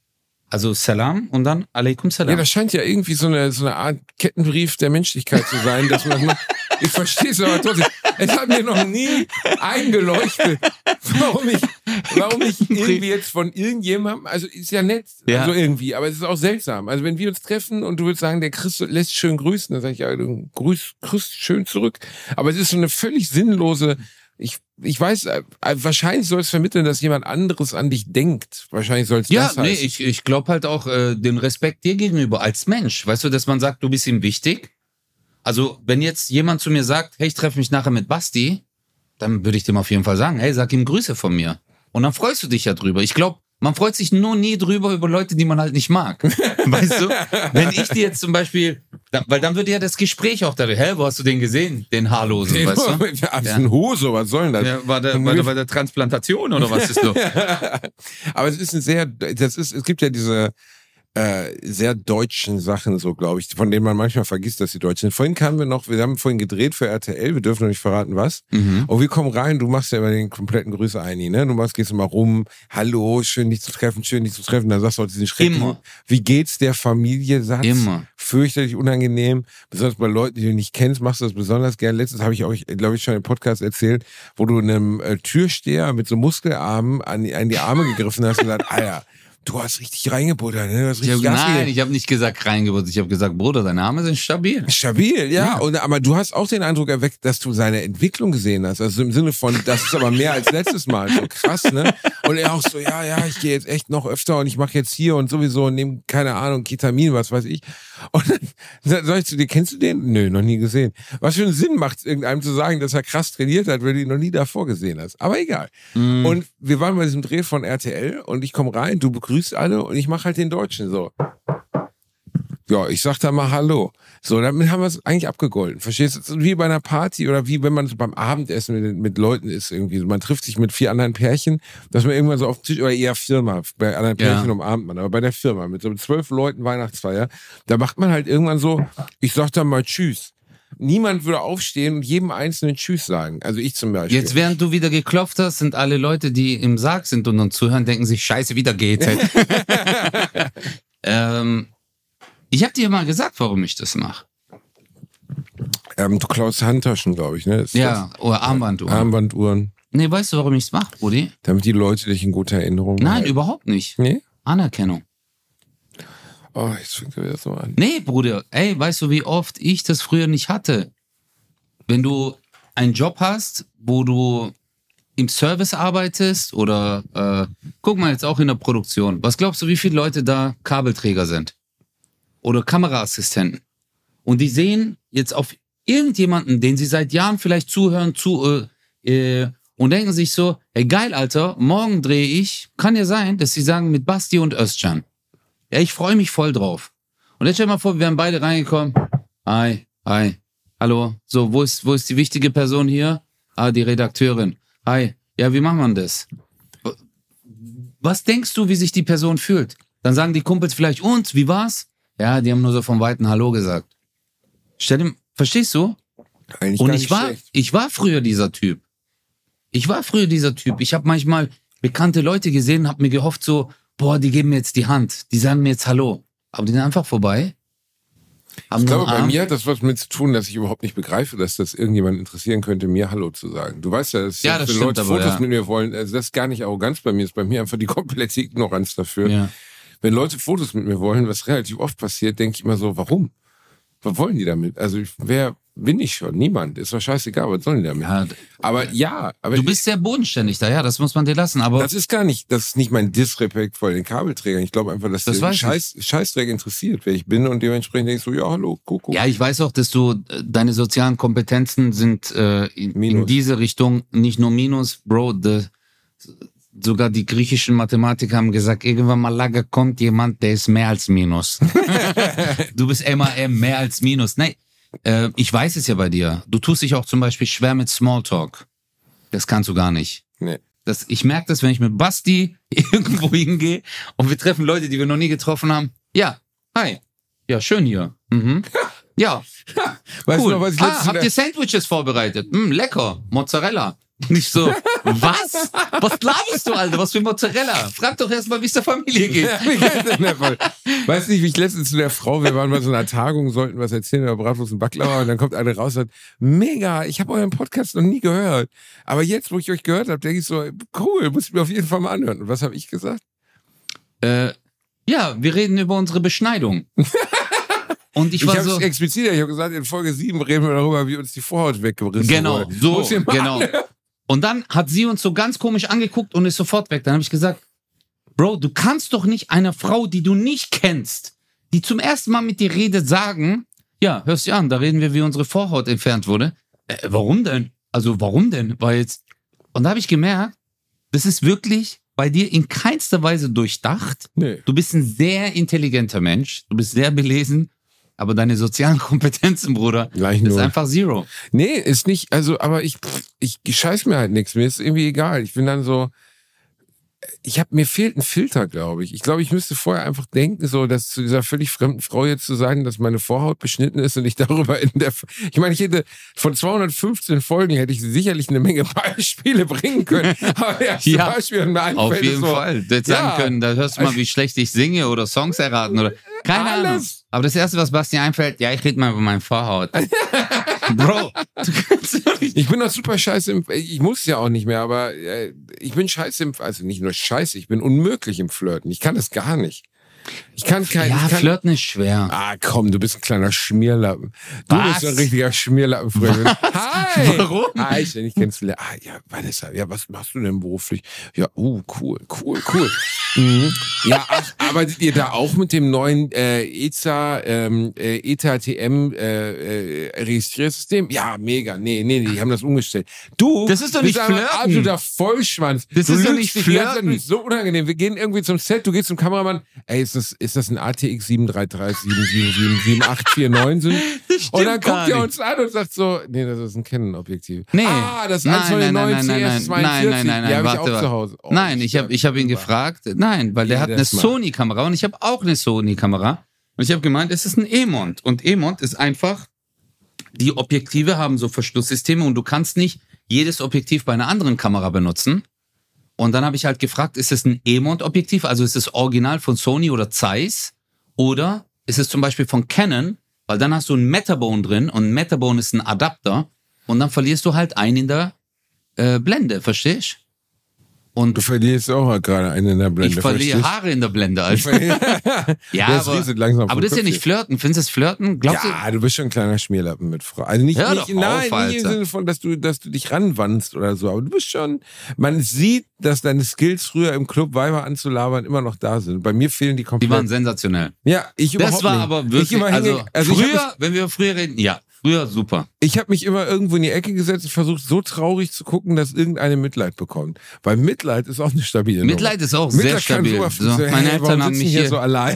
Also Salam und dann Alaikum Salam. Ja, das scheint ja irgendwie so eine, so eine Art Kettenbrief der Menschlichkeit zu sein, dass man, ich verstehe es aber trotzdem, es hat mir noch nie eingeleuchtet, warum ich, warum ich irgendwie jetzt von irgendjemandem, also ist ja nett, Ja. also irgendwie, aber es ist auch seltsam. Also wenn wir uns treffen und du würdest sagen, der Chris lässt schön grüßen, dann sage ich, ja, du grüß, grüß schön zurück. Aber es ist so eine völlig sinnlose, ich, ich weiß, äh, wahrscheinlich soll es vermitteln, dass jemand anderes an dich denkt. Wahrscheinlich soll es Ja, das nee, heißen. ich, ich glaube halt auch äh, den Respekt dir gegenüber als Mensch. Weißt du, dass man sagt, du bist ihm wichtig. Also, wenn jetzt jemand zu mir sagt, hey, ich treffe mich nachher mit Basti, dann würde ich dem auf jeden Fall sagen, hey, sag ihm Grüße von mir. Und dann freust du dich ja drüber. Ich glaube, man freut sich nur nie drüber über Leute, die man halt nicht mag. Weißt du? Wenn ich dir jetzt zum Beispiel, dann, weil dann würde ja das Gespräch auch da, hä, wo hast du den gesehen? Den Haarlosen, Den weißt du? mit der ja. Hose, was soll denn das? Ja, war, der, war der bei der Transplantation oder was ist so? Aber es ist ein sehr, das ist, es gibt ja diese äh, sehr deutschen Sachen, so glaube ich, von denen man manchmal vergisst, dass sie deutsch sind. Vorhin kamen wir noch, wir haben vorhin gedreht für R T L, wir dürfen noch nicht verraten, was. Mhm. Und wir kommen rein, du machst ja immer den kompletten Grüße ein, ne? Du machst, gehst immer rum, hallo, schön dich zu treffen, schön dich zu treffen. Dann sagst du auch diesen schrecklichen, Immer. wie geht's der Familie Satz? Immer. Fürchterlich unangenehm, besonders bei Leuten, die du nicht kennst, machst du das besonders gern. Letztens habe ich euch, glaube ich, schon im Podcast erzählt, wo du einem äh, Türsteher mit so Muskelarmen an die, an die Arme gegriffen hast und gesagt, Alter, du hast richtig reingebuttert, ne? Du hast Ich hab, richtig Gas nein, gegeben. ich habe nicht gesagt reingebuttert. Ich habe gesagt, Bruder, deine Arme sind stabil. Stabil, ja. Ja. Und, aber du hast auch den Eindruck erweckt, dass du seine Entwicklung gesehen hast. Also im Sinne von, das ist aber mehr als letztes Mal. So krass, ne? Und er auch so, ja, ja, ich gehe jetzt echt noch öfter und ich mache jetzt hier und sowieso und nehme, keine Ahnung, Ketamin, was weiß ich. Und dann sag ich zu dir, kennst du den? Nö, noch nie gesehen. Was für einen Sinn macht es, irgendeinem zu sagen, dass er krass trainiert hat, wenn du ihn noch nie davor gesehen hast. Aber egal. Mm. Und wir waren bei diesem Dreh von R T L und ich komme rein, du begrüßt alle und ich mache halt den Deutschen so. Ja, ich sag da mal Hallo. So, damit haben wir es eigentlich abgegolten. Verstehst du? So wie bei einer Party oder wie wenn man so beim Abendessen mit, mit Leuten ist irgendwie. Man trifft sich mit vier anderen Pärchen, dass man irgendwann so auf dem Tisch, oder eher Firma, bei anderen Pärchen Ja. umarmt man, aber bei der Firma mit so zwölf Leuten Weihnachtsfeier, da macht man halt irgendwann so, ich sag da mal Tschüss. Niemand würde aufstehen und jedem Einzelnen Tschüss sagen. Also ich zum Beispiel. Jetzt, während du wieder geklopft hast, sind alle Leute, die im Sarg sind und uns zuhören, denken sich, scheiße, wieder geht's. ähm, ich habe dir mal gesagt, warum ich das mache. ähm, du klaust Handtaschen, glaube ich, ne? Ist Ja, oder Armbanduhren. das? Armbanduhren. Nee, weißt du, warum ich es mache, Brudi? Damit die Leute dich in guter Erinnerung Nein, behalten. überhaupt nicht. Nee? Anerkennung. Oh, jetzt fängt er wieder so an. Nee, Bruder, ey, weißt du, wie oft ich das früher nicht hatte? Wenn du einen Job hast, wo du im Service arbeitest oder, äh, guck mal jetzt auch in der Produktion. Was glaubst du, wie viele Leute da Kabelträger sind? Oder Kameraassistenten? Und die sehen jetzt auf irgendjemanden, den sie seit Jahren vielleicht zuhören, zu, äh, äh, und denken sich so, ey geil, Alter, morgen drehe ich, kann ja sein, dass sie sagen, mit Basti und Özcan. Ja, ich freue mich voll drauf. Und jetzt stell dir mal vor, wir wären beide reingekommen. Hi, hi, hallo. So, wo ist, wo ist die wichtige Person hier? Ah, die Redakteurin. Hi, ja, wie macht man das? Was denkst du, wie sich die Person fühlt? Dann sagen die Kumpels vielleicht, und, wie war's? Ja, die haben nur so vom Weiten Hallo gesagt. Stell dir, verstehst du? Eigentlich Und gar ich nicht war, schlecht. ich war früher dieser Typ. Ich war früher dieser Typ. Ich habe manchmal bekannte Leute gesehen, hab mir gehofft so, boah, die geben mir jetzt die Hand, die sagen mir jetzt Hallo. Aber die sind einfach vorbei. Ich glaube, bei mir hat das was mit zu tun, dass ich überhaupt nicht begreife, dass das irgendjemand interessieren könnte, mir Hallo zu sagen. Du weißt ja, dass ja, das wenn stimmt, Leute aber, Fotos ja. mit mir wollen, also das ist gar nicht Arroganz bei mir, ist bei mir einfach die komplette Ignoranz dafür. Ja. Wenn Leute Fotos mit mir wollen, was relativ oft passiert, denke ich immer so, warum? Was wollen die damit? Also ich, wer bin ich schon? Niemand. Ist doch scheißegal, was sollen die damit? Ja, aber ja. aber du bist sehr bodenständig da, ja, das muss man dir lassen. Aber das ist gar nicht, das ist nicht mein Disrespekt vor den Kabelträgern. Ich glaube einfach, dass das der Scheiß, Scheißdreck interessiert, wer ich bin und dementsprechend denkst du, ja, hallo, Kuckuck. Ja, ich weiß auch, dass du, deine sozialen Kompetenzen sind äh, in, in diese Richtung nicht nur Minus, Bro, de, sogar die griechischen Mathematiker haben gesagt, irgendwann mal Lager kommt jemand, der ist mehr als Minus. Du bist M A M, mehr als Minus. Nein, äh, ich weiß es ja bei dir. Du tust dich auch zum Beispiel schwer mit Smalltalk. Das kannst du gar nicht. Nee. Das, ich merke das, wenn ich mit Basti irgendwo hingehe und wir treffen Leute, die wir noch nie getroffen haben. Ja, hi. Ja, schön hier. Mhm. Ja, weißt cool. du noch, was ich ah, habt ihr Sandwiches vorbereitet? Mm, lecker, Mozzarella. Nicht so, was? Was laberst du, Alter? Was für Mozzarella? Frag doch erst mal, wie es der Familie geht. Ja, wie geht's denn der Fall? Weißt nicht, wie ich letztens zu der Frau, wir waren bei so einer Tagung, sollten was erzählen über Bratwurst und Baklava und dann kommt eine raus und sagt, mega, ich habe euren Podcast noch nie gehört. Aber jetzt, wo ich euch gehört habe, denke ich so, cool, muss ich mir auf jeden Fall mal anhören. Und was habe ich gesagt? Äh, ja, wir reden über unsere Beschneidung. Und ich ich war habe so, es explizit, ich habe gesagt, in Folge sieben reden wir darüber, wie uns die Vorhaut weggerissen genau, wurde. so, genau. Und dann hat sie uns so ganz komisch angeguckt und ist sofort weg. Dann habe ich gesagt, Bro, du kannst doch nicht einer Frau, die du nicht kennst, die zum ersten Mal mit dir redet, sagen, ja, hörst du an, da reden wir, wie unsere Vorhaut entfernt wurde. Äh, warum denn? Also warum denn? Weil jetzt, und da habe ich gemerkt, das ist wirklich bei dir in keinster Weise durchdacht. Nee. Du bist ein sehr intelligenter Mensch, du bist sehr belesen, aber deine sozialen Kompetenzen, Bruder, Gleich ist nur. einfach zero. Nee, ist nicht, also, aber ich, ich, ich scheiß mir halt nichts, mir ist irgendwie egal. Ich bin dann so, ich habe mir fehlt ein Filter, glaube ich. Ich glaube, ich müsste vorher einfach denken, so, dass zu dieser völlig fremden Frau jetzt zu sagen, dass meine Vorhaut beschnitten ist und ich darüber in der, ich meine, ich hätte von zweihundertfünfzehn Folgen hätte ich sicherlich eine Menge Beispiele bringen können. Aber das erste Ja, Beispiel mir einfällt, auf jeden so, Fall. Du hättest ja, sagen können, da hörst du mal, wie schlecht ich singe oder Songs erraten oder keine Alles. Ahnung. Aber das Erste, was Basti einfällt, ja, ich rede mal über meine Vorhaut. Bro, du kannst doch nicht. Ich bin doch super scheiße im, ich muss ja auch nicht mehr, aber äh, ich bin scheiße im, also nicht nur scheiße, ich bin unmöglich im Flirten. Ich kann das gar nicht. Ich kann kein, Ja, ich kann, Flirten ist schwer. Ah, komm, du bist ein kleiner Schmierlappen. Du Was? bist ein richtiger Schmierlappen, Freundin. Hi! Warum? Hi, ich dich kennenzulernen. Ah, ja, Vanessa, ja, was machst du denn beruflich? Ja, uh, cool, cool, cool. Mhm. Ja, ach, arbeitet ihr da auch mit dem neuen äh, E Z A, ähm, äh, E T A T M äh, äh, Registriersystem? Ja, mega. Nee, nee, nee, die haben das umgestellt. Du Das ist doch bist nicht einfach Flirten. ein absoluter Vollschwanz. Das du ist doch lügst nicht dich die ganze Zeit, Flirten. du bist so unangenehm. Wir gehen irgendwie zum Set, du gehst zum Kameramann. Ey, ist das, ist das ein A T X sieben drei drei sieben sieben sieben sieben acht vier neun sind? Das stimmt Und dann gar guckt er nicht. uns an und sagt so, nee, das ist ein Canon-Objektiv. Nee. Ah, das ist Nein, eins von den nein, neuen nein, C nein, S zweiundvierzig. nein, nein, nein, Die habe ich warte, auch warte. zu Hause. Oh, Nein, ich habe ich hab ihn gefragt. Nein, weil der Ja, hat der eine ist smart. Sony-Kamera und ich habe auch eine Sony-Kamera. Und ich habe gemeint, es ist ein E-Mont. Und E-Mont ist einfach, die Objektive haben so Verschlusssysteme und du kannst nicht jedes Objektiv bei einer anderen Kamera benutzen. Und dann habe ich halt gefragt, ist es ein E-Mont-Objektiv, also ist es original von Sony oder Zeiss? Oder ist es zum Beispiel von Canon? Weil dann hast du ein Metabone drin und ein Metabone ist ein Adapter und dann verlierst du halt einen in der äh, Blende, verstehst du? Und Du verlierst auch gerade einen in der Blende. ich verliere verstehst? Haare in der Blende. Also. Ja, Das aber, rieselt langsam aber vom das ist ja Köpfchen. nicht Flirten. Findest du es Flirten? Glaubst Ja, du bist schon ein kleiner Schmierlappen mit Frau. Also nicht, Hör nicht, doch nein, auf, nicht im Alter. Sinne von, dass du, dass du dich ranwandst oder so, aber du bist schon, man sieht, dass deine Skills früher im Club Weiber anzulabern immer noch da sind. Bei mir fehlen die du, die komplett. waren sensationell. Ja, ich überhaupt Das war nicht. aber Ich wirklich, immer also, hinge- also ich früher, hab wenn wir früher reden, ja, früher super. Ich habe mich immer irgendwo in die Ecke gesetzt und versucht, so traurig zu gucken, dass irgendeine Mitleid bekommt. Weil Mitleid ist auch eine stabile Nummer. Mitleid ist auch Mitleid sehr stabil. kann So, so, hey, meine Eltern warum haben sitzen mich hier hier, so allein.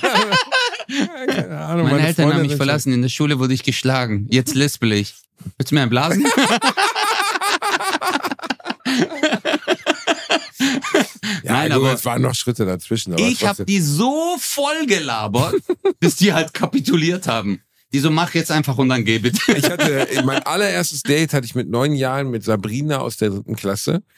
Keine Ahnung, meine Eltern haben Freunde mich sind verlassen. In der Schule wurde ich geschlagen. Jetzt lispel ich. Willst du mir einen blasen? Ja, Nein, gut, aber es waren noch Schritte dazwischen. Aber ich habe trotzdem. die so voll gelabert, bis die halt kapituliert haben. Die so, mach jetzt einfach und dann geh bitte. Ich hatte, mein allererstes Date hatte ich mit neun Jahren mit Sabrina aus der dritten Klasse.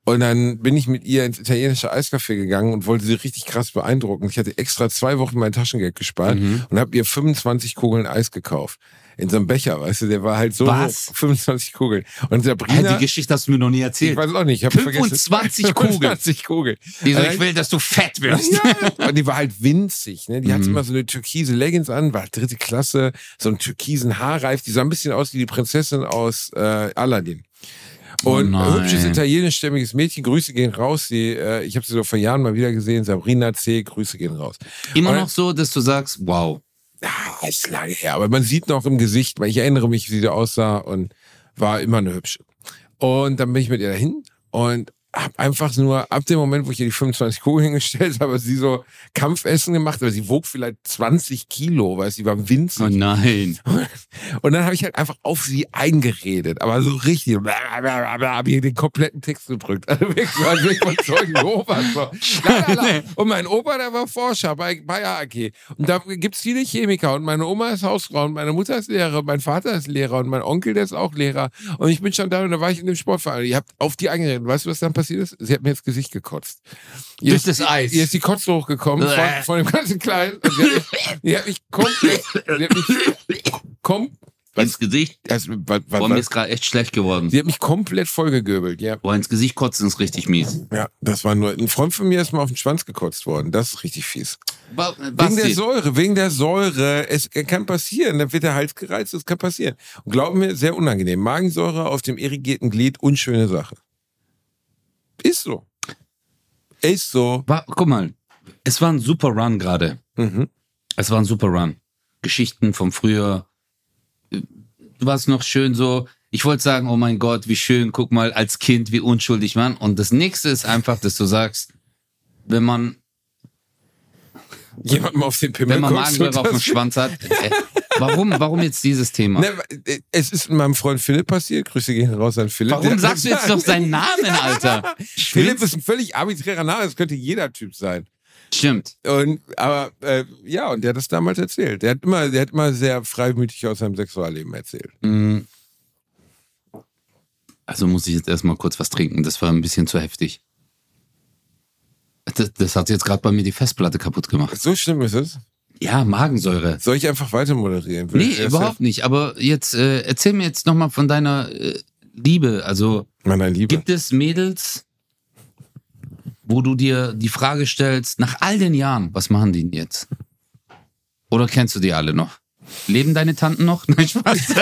Und dann bin ich mit ihr ins italienische Eiscafé gegangen und wollte sie richtig krass beeindrucken. Ich hatte extra zwei Wochen mein Taschengeld gespart mhm. und habe ihr fünfundzwanzig Kugeln Eis gekauft. In so einem Becher, weißt du, der war halt so Was? hoch, fünfundzwanzig Kugeln. Und Sabrina... Hä, die Geschichte hast du mir noch nie erzählt. Ich weiß auch nicht, ich habe fünfundzwanzig Kugeln. fünfundzwanzig Kugeln. Die so, ich will, dass du fett wirst. Ja, und die war halt winzig, ne? Die mhm. hatte immer so eine türkise Leggings an, war dritte Klasse, so einen türkisen Haarreif, die sah ein bisschen aus wie die Prinzessin aus äh, Aladdin. Und oh hübsches italienischstämmiges Mädchen, Grüße gehen raus. Die, äh, ich habe sie so vor Jahren mal wieder gesehen, Sabrina C., Grüße gehen raus. Immer und, noch so, dass du sagst, wow. Ja, ist lange her, aber man sieht noch im Gesicht, weil ich erinnere mich, wie sie aussah und war immer eine hübsche. Und dann bin ich mit ihr dahin und habe einfach nur ab dem Moment, wo ich ihr die fünfundzwanzig Kugeln hingestellt habe, sie so Kampfessen gemacht, aber sie wog vielleicht zwanzig Kilo, weil sie war winzig. Oh nein. Und dann habe ich halt einfach auf sie eingeredet, aber so richtig, habe ihr den kompletten Text gedrückt. Also wirklich, also ich von Zeugen Jehovas. So. Und mein Opa, der war Forscher bei, bei A G. Und da gibt's viele Chemiker und meine Oma ist Hausfrau und meine Mutter ist Lehrerin, mein Vater ist Lehrer und mein Onkel, der ist auch Lehrer. Und ich bin schon da und da war ich in dem Sportverein. Ihr habt auf die eingeredet. Weißt du, was dann passiert ist? Sie hat mir ins Gesicht gekotzt. Ihr Durch ist, das Eis. Ihr ist die Kotze hochgekommen von, von dem ganzen Kleinen. Und sie, hat mich, sie hat mich komplett, sie hat mich kom ins Gesicht? Also, was, was, Boah, mir ist gerade echt schlecht geworden. Sie hat mich komplett vollgegöbelt, ja. Boah, ins Gesicht kotzen ist richtig mies. Ja, das war nur, ein Freund von mir ist mal auf den Schwanz gekotzt worden. Das ist richtig fies. Ba- wegen der Säure, wegen der Säure. Es kann passieren, dann wird der Hals gereizt, das kann passieren. Und glaub mir, sehr unangenehm. Magensäure auf dem irrigierten Glied, unschöne Sache. Ist so. Ist so. War, guck mal, es war ein super Run gerade. Mhm. Es war ein super Run. Geschichten vom Frühjahr. Du warst noch schön so, ich wollte sagen, oh mein Gott, wie schön, guck mal, als Kind, wie unschuldig man. Und das nächste ist einfach, dass du sagst, wenn man jemandem auf den Pimmel wenn man Magensäure auf dem Schwanz hat, äh, warum, warum jetzt dieses Thema? Ne, es ist mit meinem Freund Philipp passiert. Grüße gehen raus an Philipp. Warum sagst du jetzt noch seinen Namen, Alter? Philipp ist ein völlig arbiträrer Name, das könnte jeder Typ sein. Stimmt. Und, aber äh, ja, und der hat das damals erzählt. Der hat immer, der hat immer sehr freimütig aus seinem Sexualleben erzählt. Also muss ich jetzt erstmal kurz was trinken. Das war ein bisschen zu heftig. Das, das hat jetzt gerade bei mir die Festplatte kaputt gemacht. So schlimm ist es? Ja, Magensäure. Soll ich einfach weiter moderieren? Nee, überhaupt nicht. Aber jetzt äh, erzähl mir jetzt nochmal von deiner äh, Liebe. Also Meiner Liebe. Gibt es Mädels, wo du dir die Frage stellst, nach all den Jahren, was machen die denn jetzt? Oder kennst du die alle noch? Leben deine Tanten noch? Nein, Spaß.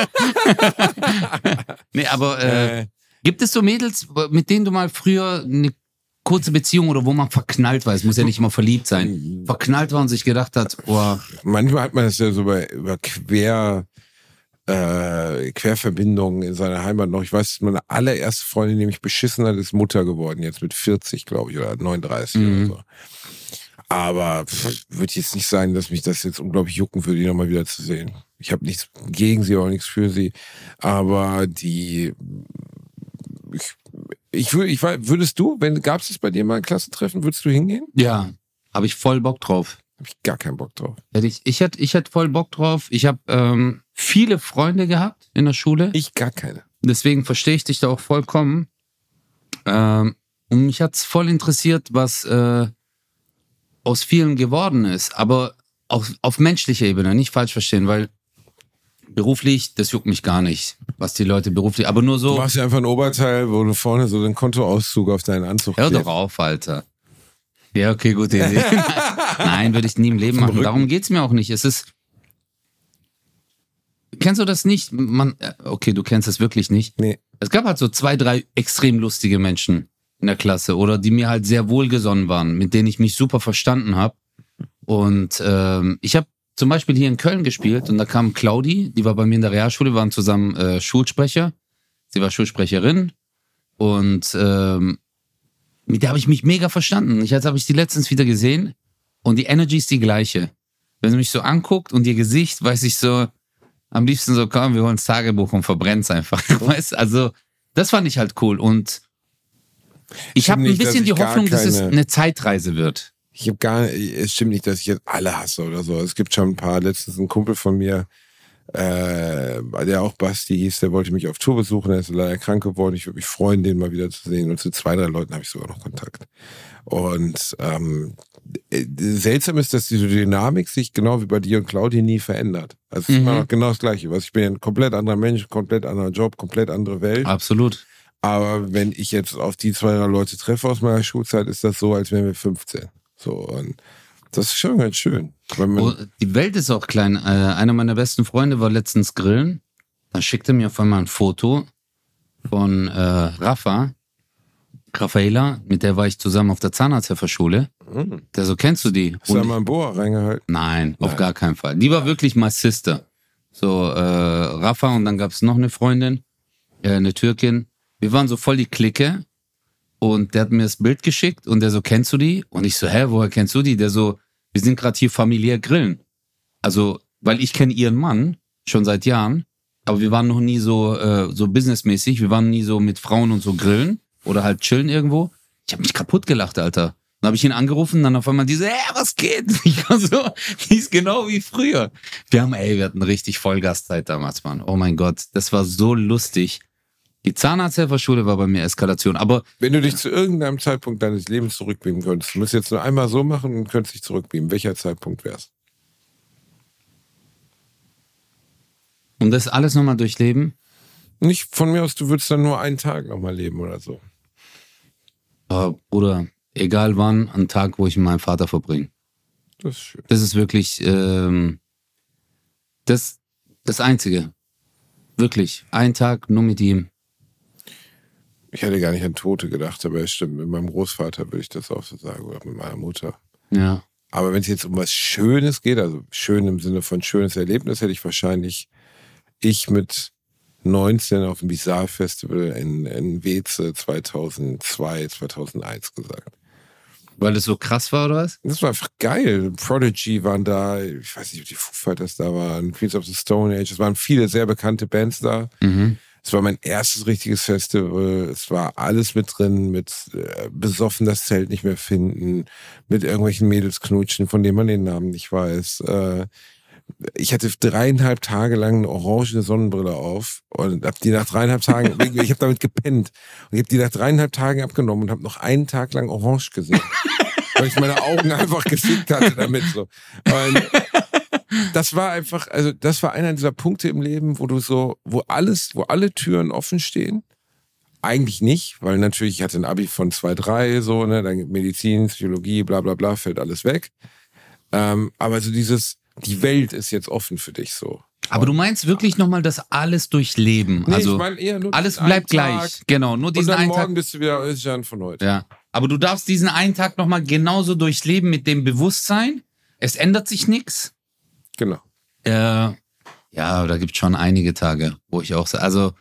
Nee, aber äh, äh. gibt es so Mädels, mit denen du mal früher eine kurze Beziehung oder wo man verknallt war, es muss ja nicht immer verliebt sein, verknallt war und sich gedacht hat, boah. Manchmal hat man das ja so bei, über Quer, äh, Querverbindungen in seiner Heimat noch. Ich weiß, meine allererste Freundin, die mich beschissen hat, ist Mutter geworden, jetzt mit vierzig, glaube ich, oder neununddreißig mhm. oder so. Aber würde jetzt nicht sein, dass mich das jetzt unglaublich jucken würde, die nochmal wieder zu sehen. Ich habe nichts gegen sie, auch nichts für sie. Aber die... Ich, Ich würde, ich würdest du, wenn gab es das bei dir mal ein Klassentreffen, würdest du hingehen? Ja, habe ich voll Bock drauf. Habe ich gar keinen Bock drauf. Hätte ich, ich hätte, ich hätte voll Bock drauf. Ich habe ähm, viele Freunde gehabt in der Schule. Ich gar keine. Deswegen verstehe ich dich da auch vollkommen. Ähm, und mich hat's voll interessiert, was äh, aus vielen geworden ist, aber auf, auf menschlicher Ebene, nicht falsch verstehen, weil beruflich, das juckt mich gar nicht, was die Leute beruflich, aber nur so... Du machst ja einfach ein Oberteil, wo du vorne so den Kontoauszug auf deinen Anzug Hör doch auf, Alter. Ja, okay, gute Idee. Nein, würde ich nie im Leben machen. Rücken. Darum geht's mir auch nicht. Es ist... Kennst du das nicht? Man, okay, du kennst es wirklich nicht. Nee. Es gab halt so zwei, drei extrem lustige Menschen in der Klasse oder die mir halt sehr wohlgesonnen waren, mit denen ich mich super verstanden habe. Und ähm, ich habe zum Beispiel hier in Köln gespielt und da kam Claudi, die war bei mir in der Realschule, wir waren zusammen äh, Schulsprecher. Sie war Schulsprecherin und ähm, mit der habe ich mich mega verstanden. Ich, jetzt habe ich die letztens wieder gesehen und die Energy ist die gleiche. Wenn sie mich so anguckt und ihr Gesicht, weiß ich so, am liebsten so, komm, wir holen das Tagebuch und verbrennen es einfach. Weißt? Also das fand ich halt cool und ich habe ein bisschen die Hoffnung, dass es eine Zeitreise wird. Ich habe gar es stimmt nicht, dass ich jetzt alle hasse oder so. Es gibt schon ein paar, letztens ein Kumpel von mir, äh, äh, der auch Basti hieß, der wollte mich auf Tour besuchen, der ist leider krank geworden. Ich würde mich freuen, den mal wieder zu sehen. Und zu zwei, drei Leuten habe ich sogar noch Kontakt. Und ähm, seltsam ist, dass diese Dynamik sich genau wie bei dir und Claudia nie verändert. Also es ist Mhm. immer noch genau das Gleiche. Was ich bin ja ein komplett anderer Mensch, komplett anderer Job, komplett andere Welt. Absolut. Aber wenn ich jetzt auf die zwei, drei Leute treffe aus meiner Schulzeit, ist das so, als wären wir fünfzehn. So, und das ist schon ganz schön. Weil man Oh, die Welt ist auch klein. Äh, einer meiner besten Freunde war letztens grillen. Da schickte mir auf einmal ein Foto von äh, Rafa, Raffaela, mit der war ich zusammen auf der Zahnarzthelferschule. Mhm. Der so, kennst du die? Hast du da Und mal ein Boa reingehalten? Nein, auf Nein. gar keinen Fall. Die war wirklich my sister. So, äh, Rafa und dann gab es noch eine Freundin, äh, eine Türkin. Wir waren so voll die Clique und der hat mir das Bild geschickt und der so, kennst du die? Und ich so, hä, woher kennst du die? Der so, wir sind gerade hier familiär grillen. Also, weil ich kenne ihren Mann schon seit Jahren, aber wir waren noch nie so, äh, so businessmäßig, wir waren nie so mit Frauen und so grillen oder halt chillen irgendwo. Ich habe mich kaputt gelacht, Alter. Dann habe ich ihn angerufen, dann auf einmal diese, ey, was geht? Ich war so, die ist genau wie früher. Wir haben, ey, wir hatten richtig Vollgaszeit damals, Mann. Oh mein Gott, das war so lustig. Die Zahnarzthelferschule war bei mir Eskalation, aber Wenn du dich zu irgendeinem Zeitpunkt deines Lebens zurückbeamen könntest, du musst jetzt nur einmal so machen und könntest dich zurückbeamen. Welcher Zeitpunkt wär's? um das alles nochmal durchleben, Nicht von mir aus, du würdest dann nur einen Tag nochmal leben oder so. oh, Bruder, egal wann, ein Tag, wo ich mit meinem Vater verbringe. Das ist schön. Das ist wirklich ähm, das, das Einzige. Wirklich, ein Tag nur mit ihm. Ich hätte gar nicht an Tote gedacht, aber es stimmt, mit meinem Großvater würde ich das auch so sagen oder mit meiner Mutter. Ja. Aber wenn es jetzt um was Schönes geht, also schön im Sinne von schönes Erlebnis, hätte ich wahrscheinlich ich mit neunzehn auf dem Bizarre Festival in, in Weze zweitausendzwei, zweitausendeins gesagt. Weil das so krass war, oder was? Das war einfach geil. Prodigy waren da, ich weiß nicht, ob die Foo Fighters da waren, Queens of the Stone Age, es waren viele sehr bekannte Bands da. Mhm. Es war mein erstes richtiges Festival. Es war alles mit drin, mit äh, besoffen das Zelt nicht mehr finden, mit irgendwelchen Mädels knutschen, von denen man den Namen nicht weiß. Äh, ich hatte dreieinhalb Tage lang eine orange Sonnenbrille auf und habe die nach dreieinhalb Tagen, ich habe damit gepennt und ich habe die nach dreieinhalb Tagen abgenommen und habe noch einen Tag lang orange gesehen, weil ich meine Augen einfach gefickt hatte damit so. Und das war einfach, also das war einer dieser Punkte im Leben, wo du so, wo alles, wo alle Türen offen stehen. Eigentlich nicht, weil natürlich, ich hatte ein Abi von zwei Komma drei, so, ne, dann Medizin, Psychologie, bla bla bla, fällt alles weg. Ähm, aber so dieses, die Welt ist jetzt offen für dich so. Aber du meinst wirklich nochmal das alles durchleben? Nee, Also ich meine eher nur alles diesen bleibt einen gleich. Tag Genau, nur und diesen dann einen morgen Tag. bist du wieder Özcan von heute. Ja. Aber du darfst diesen einen Tag nochmal genauso durchleben mit dem Bewusstsein. Es ändert sich nichts. Genau. Äh, ja, da gibt es schon einige Tage, wo ich auch so, also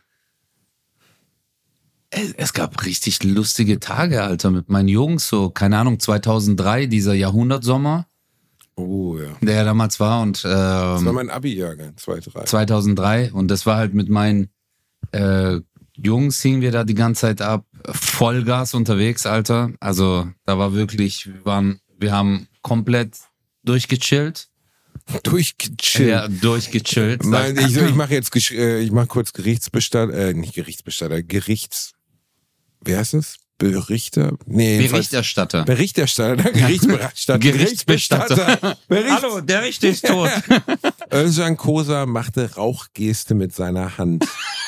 es, es gab richtig lustige Tage, Alter, mit meinen Jungs, so, keine Ahnung, zweitausenddrei, dieser Jahrhundertsommer, Oh ja. der ja damals war und Das war ähm, mein Abi-Jahrgang, zwei Komma drei. zweitausenddrei und das war halt mit meinen äh, Jungs, hingen wir da die ganze Zeit ab, Vollgas unterwegs, Alter, also da war wirklich, wir waren, wir haben komplett durchgechillt. Durchgechillt. Ja, durchgechillt. Nein, ich, ich mache jetzt, gesch- äh, ich mache kurz Gerichtsbestatter, äh, nicht Gerichtsbestatter, Gerichts, wer heißt es? Berichter? Nee, jedenfalls- Berichterstatter. Berichterstatter, Gerichtsbestatter. Gerichtsbestatter. Berichts- Hallo, der Richter ist tot. Özcan Kosa machte Rauchgeste mit seiner Hand.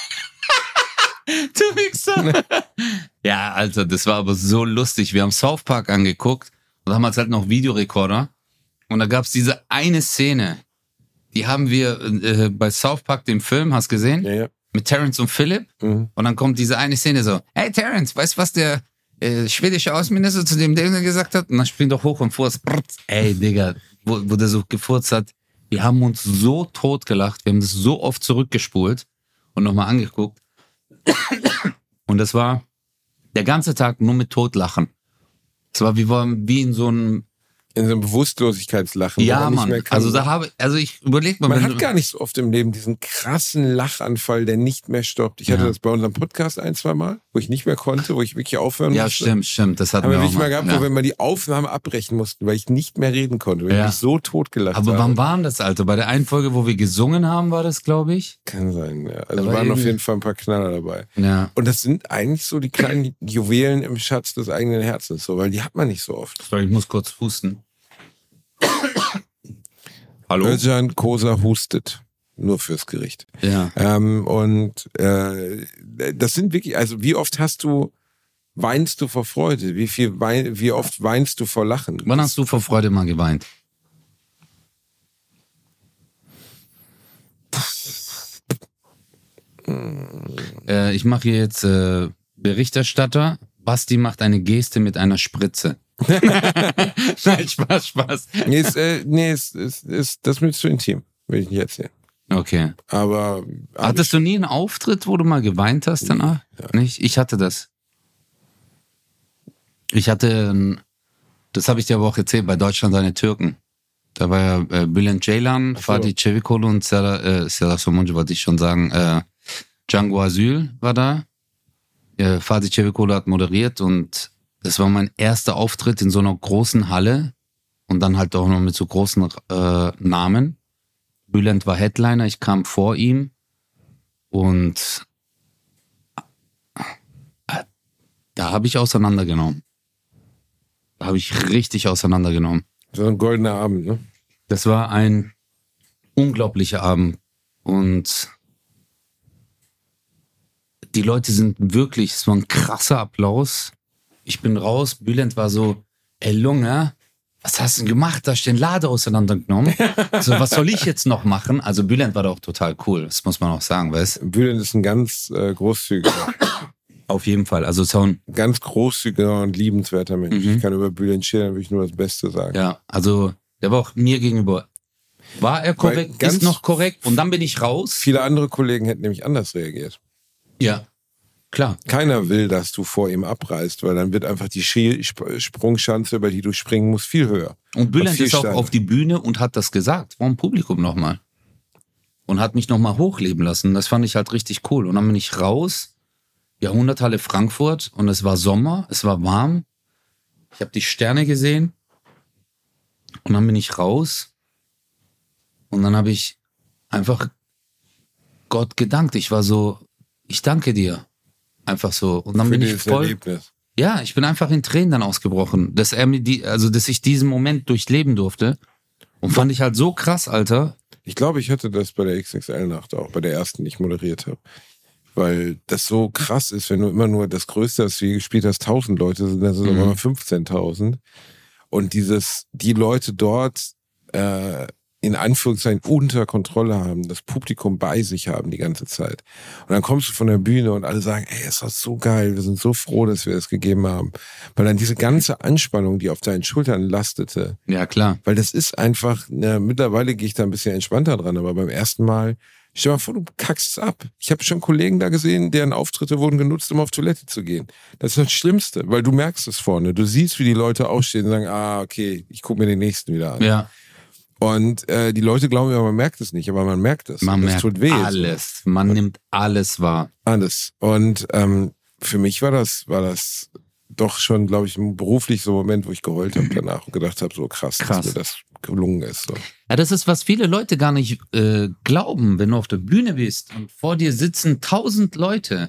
Du Wichser. Ja, Alter, das war aber so lustig. Wir haben South Park angeguckt und damals halt noch Videorekorder. Und da gab's diese eine Szene, die haben wir äh, bei South Park, dem Film, hast gesehen? Ja, ja. Mit Terrence und Philip. Mhm. Und dann kommt diese eine Szene so, hey Terrence, weißt du, was der äh, schwedische Außenminister zu dem Ding gesagt hat? Und dann springt doch hoch und furzt. Ey, Digga, wo, wo der so gefurzt hat. Wir haben uns so tot gelacht, wir haben das so oft zurückgespult und nochmal angeguckt. Und das war der ganze Tag nur mit Totlachen. Es war wie, wie in so einem In so einem Bewusstlosigkeitslachen. Ja, Mann. Nicht also da habe also ich überlege mal. Man hat gar nicht so oft im Leben diesen krassen Lachanfall, der nicht mehr stoppt. Ich hatte ja. das bei unserem Podcast ein, zwei Mal, wo ich nicht mehr konnte, wo ich wirklich aufhören ja, musste. Ja, stimmt, stimmt. Das hatten haben wir wir auch mal, mal gehabt, ja. wo wir mal die Aufnahme abbrechen mussten, weil ich nicht mehr reden konnte, weil ja. ich mich so totgelacht habe. Aber wann war das, Alter? Bei der einen Folge, wo wir gesungen haben, war das, glaube ich? Kann sein, ja. Also waren auf jeden Fall ein paar Knaller dabei. Ja. Und das sind eigentlich so die kleinen Juwelen im Schatz des eigenen Herzens, so, weil die hat man nicht so oft. Sorry, ich muss kurz husten. Hallo? Özcan Kosa hustet. Nur fürs Gericht. Ja. Ähm, und äh, das sind wirklich, also wie oft hast du, weinst du vor Freude? Wie viel wein, wie oft weinst du vor Lachen? Wann hast du vor Freude mal geweint? äh, ich mache hier jetzt äh, Berichterstatter. Basti macht eine Geste mit einer Spritze. Nein, Spaß, Spaß. Nee, ist, äh, nee ist, ist, ist, das ist mir zu intim, will ich nicht erzählen. Okay. Aber. Hattest du nie einen Auftritt, wo du mal geweint hast danach? Ja. Nicht? Ich hatte das. Ich hatte, ein, das habe ich dir aber auch erzählt, bei Deutschland seine Türken. Da war ja äh, Bülent Ceylan, so. Fatih Çevikoğlu und Serdar äh, Somuncu, wollte ich schon sagen. Äh, Django Asyl war da. Äh, Fatih Çevikoğlu hat moderiert und das war mein erster Auftritt in so einer großen Halle und dann halt auch noch mit so großen äh, Namen. Bülent war Headliner, ich kam vor ihm und äh, da habe ich auseinandergenommen. Da habe ich richtig auseinandergenommen. So ein goldener Abend, ne? Das war ein unglaublicher Abend und die Leute sind wirklich, es war ein krasser Applaus. Ich bin raus, Bülent war so, ey Lunge, was hast du denn gemacht? Da hast du den Laden auseinandergenommen. So, was soll ich jetzt noch machen? Also Bülent war doch total cool, das muss man auch sagen, weißt du? Bülent ist ein ganz äh, großzügiger. Auf jeden Fall, also so ein ganz großzügiger und liebenswerter Mensch. Mhm. Ich kann über Bülent Ceylan wirklich nur das Beste sagen. Ja, also der war auch mir gegenüber. War er korrekt, ganz ist noch korrekt und dann bin ich raus. Viele andere Kollegen hätten nämlich anders reagiert. Ja. Klar. Keiner will, dass du vor ihm abreißt, weil dann wird einfach die Sprungschanze, über die du springen musst, viel höher. Und Bülent ist auch auf die Bühne und hat das gesagt, vor dem Publikum nochmal. Und hat mich nochmal hochleben lassen. Das fand ich halt richtig cool. Und dann bin ich raus, Jahrhunderthalle Frankfurt, und es war Sommer, es war warm. Ich habe die Sterne gesehen. Und dann bin ich raus. Und dann habe ich einfach Gott gedankt. Ich war so, ich danke dir. Einfach so. Und dann bin ich voll. Erlebnis. Ja, ich bin einfach in Tränen dann ausgebrochen, dass er mir die, also dass ich diesen Moment durchleben durfte. Und fand ich halt so krass, Alter. Ich glaube, ich hatte das bei der X X L-Nacht auch, bei der ersten, die ich moderiert habe. Weil das so krass ist, wenn du immer nur das Größte, das du je gespielt hast, tausend Leute sind, dann sind es mhm. immer fünfzehntausend. Und dieses, die Leute dort äh, in Anführungszeichen unter Kontrolle haben, das Publikum bei sich haben die ganze Zeit. Und dann kommst du von der Bühne und alle sagen, ey, es war so geil, wir sind so froh, dass wir das gegeben haben. Weil dann diese ganze Anspannung, die auf deinen Schultern lastete. Ja, klar. Weil das ist einfach, na, mittlerweile gehe ich da ein bisschen entspannter dran, aber beim ersten Mal, stell dir mal vor, du kackst es ab. Ich habe schon Kollegen da gesehen, deren Auftritte wurden genutzt, um auf Toilette zu gehen. Das ist das Schlimmste, weil du merkst es vorne. Du siehst, wie die Leute aufstehen und sagen, ah, okay, ich gucke mir den nächsten wieder an. Ja. Und äh, die Leute glauben ja, man merkt es nicht, aber man merkt es. Man das merkt tut weh. Alles. Man und nimmt alles wahr. Alles. Und ähm, für mich war das, war das doch schon, glaube ich, ein beruflich so ein Moment, wo ich geheult habe danach und gedacht habe, so krass, krass, dass mir das gelungen ist. So. Ja, das ist, was viele Leute gar nicht äh, glauben, wenn du auf der Bühne bist und vor dir sitzen tausend Leute.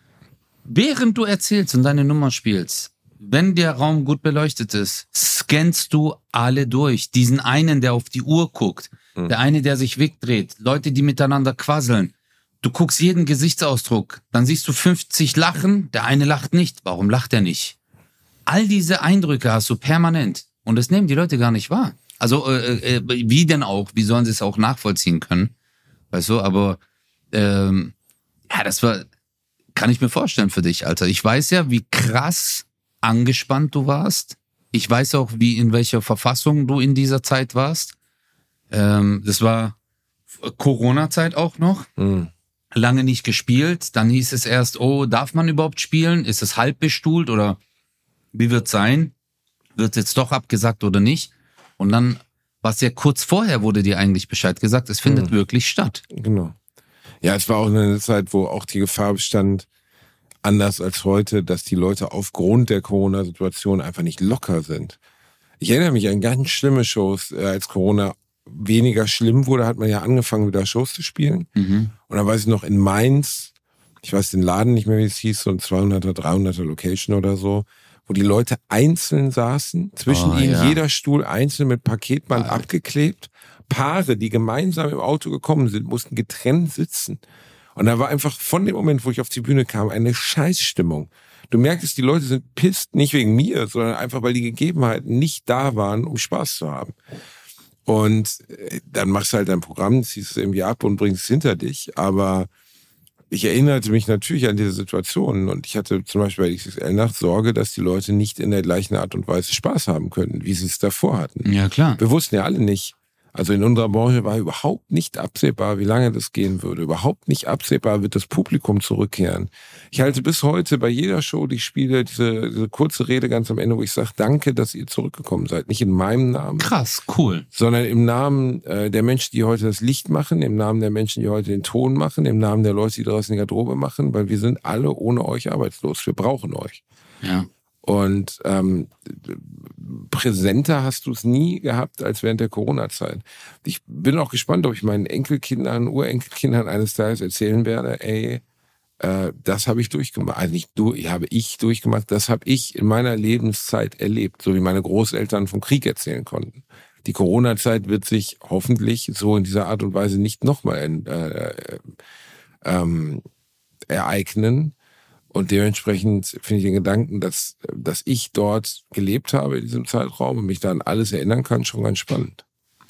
Während du erzählst und deine Nummer spielst, wenn der Raum gut beleuchtet ist, scannst du alle durch. Diesen einen, der auf die Uhr guckt, mhm. der eine, der sich wegdreht, Leute, die miteinander quasseln. Du guckst jeden Gesichtsausdruck, dann siehst du fünfzig lachen, der eine lacht nicht. Warum lacht er nicht? All diese Eindrücke hast du permanent und das nehmen die Leute gar nicht wahr. Also äh, äh, wie denn auch? Wie sollen sie es auch nachvollziehen können? Weißt du, aber ähm, ja, das war, kann ich mir vorstellen für dich, Alter. Ich weiß ja, wie krass angespannt du warst. Ich weiß auch, wie in welcher Verfassung du in dieser Zeit warst. Ähm, das war Corona-Zeit auch noch. Mhm. Lange nicht gespielt. Dann hieß es erst, oh, darf man überhaupt spielen? Ist es halb bestuhlt oder wie wird es sein? Wird es jetzt doch abgesagt oder nicht? Und dann, was ja kurz vorher wurde dir eigentlich Bescheid gesagt, es findet mhm. wirklich statt. Genau. Ja, es war auch eine Zeit, wo auch die Gefahr bestand, anders als heute, dass die Leute aufgrund der Corona-Situation einfach nicht locker sind. Ich erinnere mich an ganz schlimme Shows, als Corona weniger schlimm wurde, hat man ja angefangen, wieder Shows zu spielen. Mhm. Und dann weiß ich noch, in Mainz, ich weiß den Laden nicht mehr, wie es hieß, so ein zweihunderter, dreihunderter Location oder so, wo die Leute einzeln saßen, zwischen oh, ihnen ja. jeder Stuhl einzeln mit Paketband Alter. abgeklebt. Paare, die gemeinsam im Auto gekommen sind, mussten getrennt sitzen. Und da war einfach von dem Moment, wo ich auf die Bühne kam, eine Scheißstimmung. Du merkst, die Leute sind pisst, nicht wegen mir, sondern einfach, weil die Gegebenheiten nicht da waren, um Spaß zu haben. Und dann machst du halt dein Programm, ziehst es irgendwie ab und bringst es hinter dich. Aber ich erinnerte mich natürlich an diese Situationen. Und ich hatte zum Beispiel bei X X L-Nacht Sorge, dass die Leute nicht in der gleichen Art und Weise Spaß haben könnten, wie sie es davor hatten. Ja, klar. Wir wussten ja alle nicht. Also in unserer Branche war überhaupt nicht absehbar, wie lange das gehen würde. Überhaupt nicht absehbar, wird das Publikum zurückkehren. Ich halte bis heute bei jeder Show, die ich spiele, diese, diese kurze Rede ganz am Ende, wo ich sage, danke, dass ihr zurückgekommen seid. Nicht in meinem Namen. Krass, cool. Sondern im Namen äh, der Menschen, die heute das Licht machen, im Namen der Menschen, die heute den Ton machen, im Namen der Leute, die draußen die Garderobe machen, weil wir sind alle ohne euch arbeitslos. Wir brauchen euch. Ja. Und ähm, präsenter hast du es nie gehabt als während der Corona-Zeit. Ich bin auch gespannt, ob ich meinen Enkelkindern, Urenkelkindern eines Tages erzählen werde, ey, äh, das habe ich durchgemacht. Also nicht du, habe ich durchgemacht, das habe ich in meiner Lebenszeit erlebt, so wie meine Großeltern vom Krieg erzählen konnten. Die Corona-Zeit wird sich hoffentlich so in dieser Art und Weise nicht nochmal äh, ähm, ereignen. Und dementsprechend finde ich den Gedanken, dass, dass ich dort gelebt habe in diesem Zeitraum und mich da an alles erinnern kann, schon ganz spannend.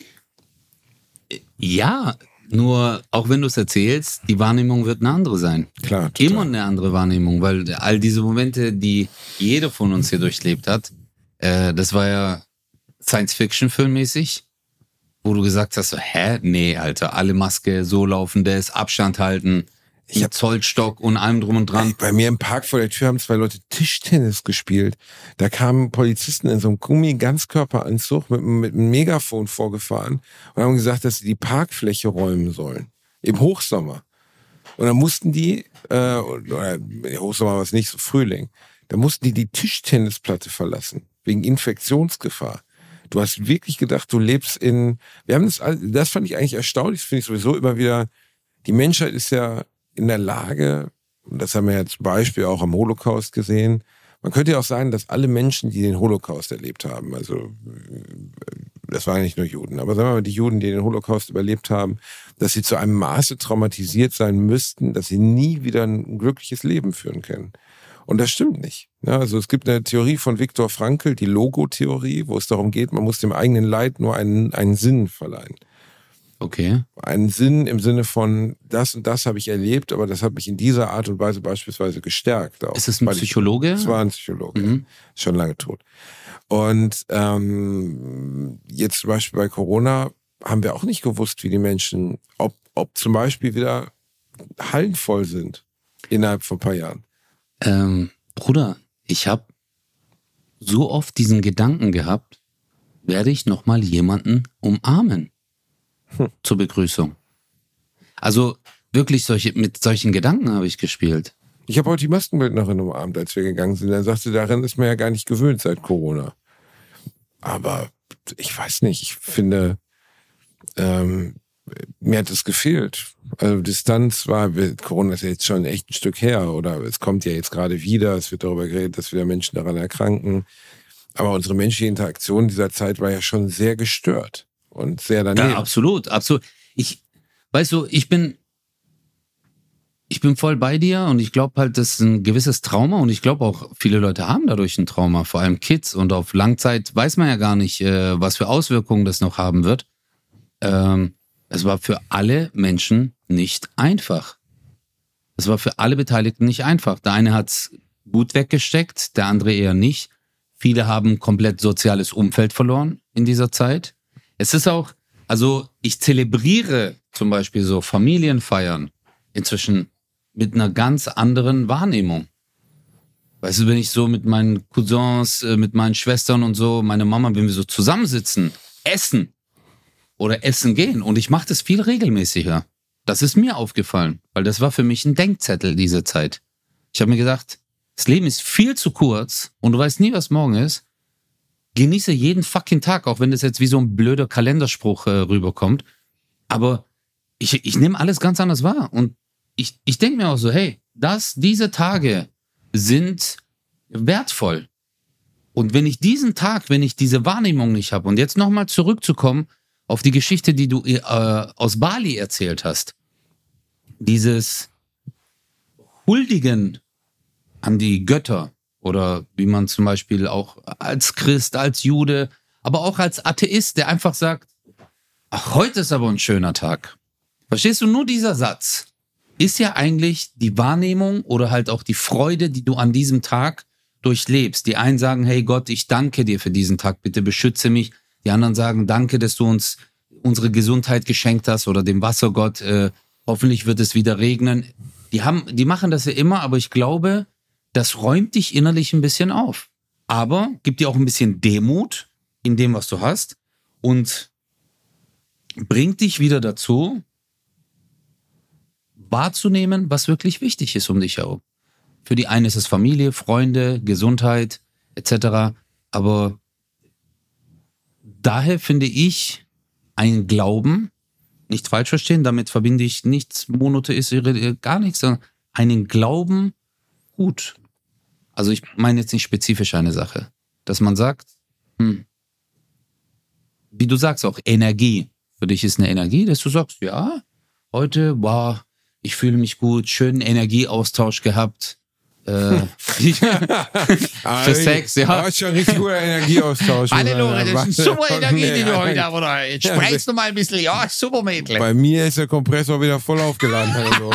Ja, nur auch wenn du es erzählst, die Wahrnehmung wird eine andere sein. Klar, total. Immer eine andere Wahrnehmung, weil all diese Momente, die jeder von uns hier durchlebt hat, äh, das war ja Science-Fiction-filmmäßig, wo du gesagt hast, so, hä? Nee, Alter, alle Maske, so laufen das, Abstand halten. Ich hab Zollstock und allem drum und dran. Bei mir im Park vor der Tür haben zwei Leute Tischtennis gespielt. Da kamen Polizisten in so einem Gummi-Ganzkörperanzug mit, mit einem Megafon vorgefahren und haben gesagt, dass sie die Parkfläche räumen sollen. Im Hochsommer. Und dann mussten die, äh, oder Hochsommer war es nicht, so Frühling, da mussten die die Tischtennisplatte verlassen. Wegen Infektionsgefahr. Du hast wirklich gedacht, du lebst in, wir haben das, das fand ich eigentlich erstaunlich, das finde ich sowieso immer wieder, die Menschheit ist ja in der Lage, und das haben wir ja zum Beispiel auch am Holocaust gesehen, man könnte ja auch sagen, dass alle Menschen, die den Holocaust erlebt haben, also das waren nicht nur Juden, aber sagen wir mal, die Juden, die den Holocaust überlebt haben, dass sie zu einem Maße traumatisiert sein müssten, dass sie nie wieder ein glückliches Leben führen können. Und das stimmt nicht. Ja, also es gibt eine Theorie von Viktor Frankl, die Logotheorie, wo es darum geht, man muss dem eigenen Leid nur einen, einen Sinn verleihen. Okay. Einen Sinn im Sinne von, das und das habe ich erlebt, aber das hat mich in dieser Art und Weise beispielsweise gestärkt. Auch. Ist es ein Psychologe? Es war ein Psychologe, mhm. Ist schon lange tot. Und ähm, jetzt zum Beispiel bei Corona haben wir auch nicht gewusst, wie die Menschen, ob, ob zum Beispiel wieder Hallen voll sind innerhalb von ein paar Jahren. Ähm, Bruder, ich habe so oft diesen Gedanken gehabt, werde ich nochmal jemanden umarmen? Hm. Zur Begrüßung. Also wirklich solche, mit solchen Gedanken habe ich gespielt. Ich habe heute die Maskenbildnerin umarmt, als wir gegangen sind. Dann sagte, daran ist man ja gar nicht gewöhnt seit Corona. Aber ich weiß nicht, ich finde, ähm, mir hat es gefehlt. Also Distanz war, Corona ist ja jetzt schon echt ein Stück her, oder es kommt ja jetzt gerade wieder, es wird darüber geredet, dass wieder Menschen daran erkranken. Aber unsere menschliche Interaktion in dieser Zeit war ja schon sehr gestört. Und sehr daneben. Ja, absolut, absolut. Ich, weißt du, ich bin, ich bin voll bei dir und ich glaube halt, das ist ein gewisses Trauma und ich glaube auch, viele Leute haben dadurch ein Trauma, vor allem Kids, und auf Langzeit weiß man ja gar nicht, äh, was für Auswirkungen das noch haben wird. Ähm, es war für alle Menschen nicht einfach. Es war für alle Beteiligten nicht einfach. Der eine hat's gut weggesteckt, der andere eher nicht. Viele haben komplett soziales Umfeld verloren in dieser Zeit. Es ist auch, also ich zelebriere zum Beispiel so Familienfeiern inzwischen mit einer ganz anderen Wahrnehmung. Weißt du, wenn ich so mit meinen Cousins, mit meinen Schwestern und so, meine Mama, wenn wir so zusammensitzen, essen oder essen gehen. Und ich mache das viel regelmäßiger. Das ist mir aufgefallen, weil das war für mich ein Denkzettel diese Zeit. Ich habe mir gedacht, das Leben ist viel zu kurz und du weißt nie, was morgen ist. Genieße jeden fucking Tag, auch wenn das jetzt wie so ein blöder Kalenderspruch äh, rüberkommt. Aber ich, ich nehme alles ganz anders wahr. Und ich, ich denke mir auch so, hey, das, diese Tage sind wertvoll. Und wenn ich diesen Tag, wenn ich diese Wahrnehmung nicht habe, und jetzt nochmal zurückzukommen auf die Geschichte, die du äh, aus Bali erzählt hast, dieses Huldigen an die Götter oder wie man zum Beispiel auch als Christ, als Jude, aber auch als Atheist, der einfach sagt, ach, heute ist aber ein schöner Tag. Verstehst du, nur dieser Satz ist ja eigentlich die Wahrnehmung oder halt auch die Freude, die du an diesem Tag durchlebst. Die einen sagen, hey Gott, ich danke dir für diesen Tag, bitte beschütze mich. Die anderen sagen, danke, dass du uns unsere Gesundheit geschenkt hast oder dem Wassergott, äh, hoffentlich wird es wieder regnen. Die haben, die machen das ja immer, aber ich glaube, das räumt dich innerlich ein bisschen auf. Aber gibt dir auch ein bisschen Demut in dem, was du hast und bringt dich wieder dazu, wahrzunehmen, was wirklich wichtig ist um dich herum. Für die einen ist es Familie, Freunde, Gesundheit et cetera. Aber daher finde ich einen Glauben, nicht falsch verstehen, damit verbinde ich nichts Monotheistisches, gar nichts, sondern einen Glauben gut. Also ich meine jetzt nicht spezifisch eine Sache, dass man sagt, hm, wie du sagst auch, Energie. Für dich ist eine Energie, dass du sagst, ja, heute, wow, ich fühle mich gut, schönen Energieaustausch gehabt. Äh, für Sex, ja. Das ist schon ein richtig guter Energieaustausch. Halleluja, das ist eine super Energie, die du heute hast, oder? Jetzt sprichst du mal ein bisschen, ja, super Mädchen. Bei mir ist der Kompressor wieder voll aufgeladen. Also.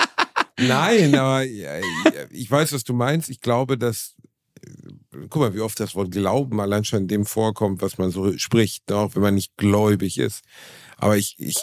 Nein, aber ich weiß, was du meinst. Ich glaube, dass, guck mal, wie oft das Wort Glauben allein schon in dem vorkommt, was man so spricht, auch wenn man nicht gläubig ist. Aber ich, ich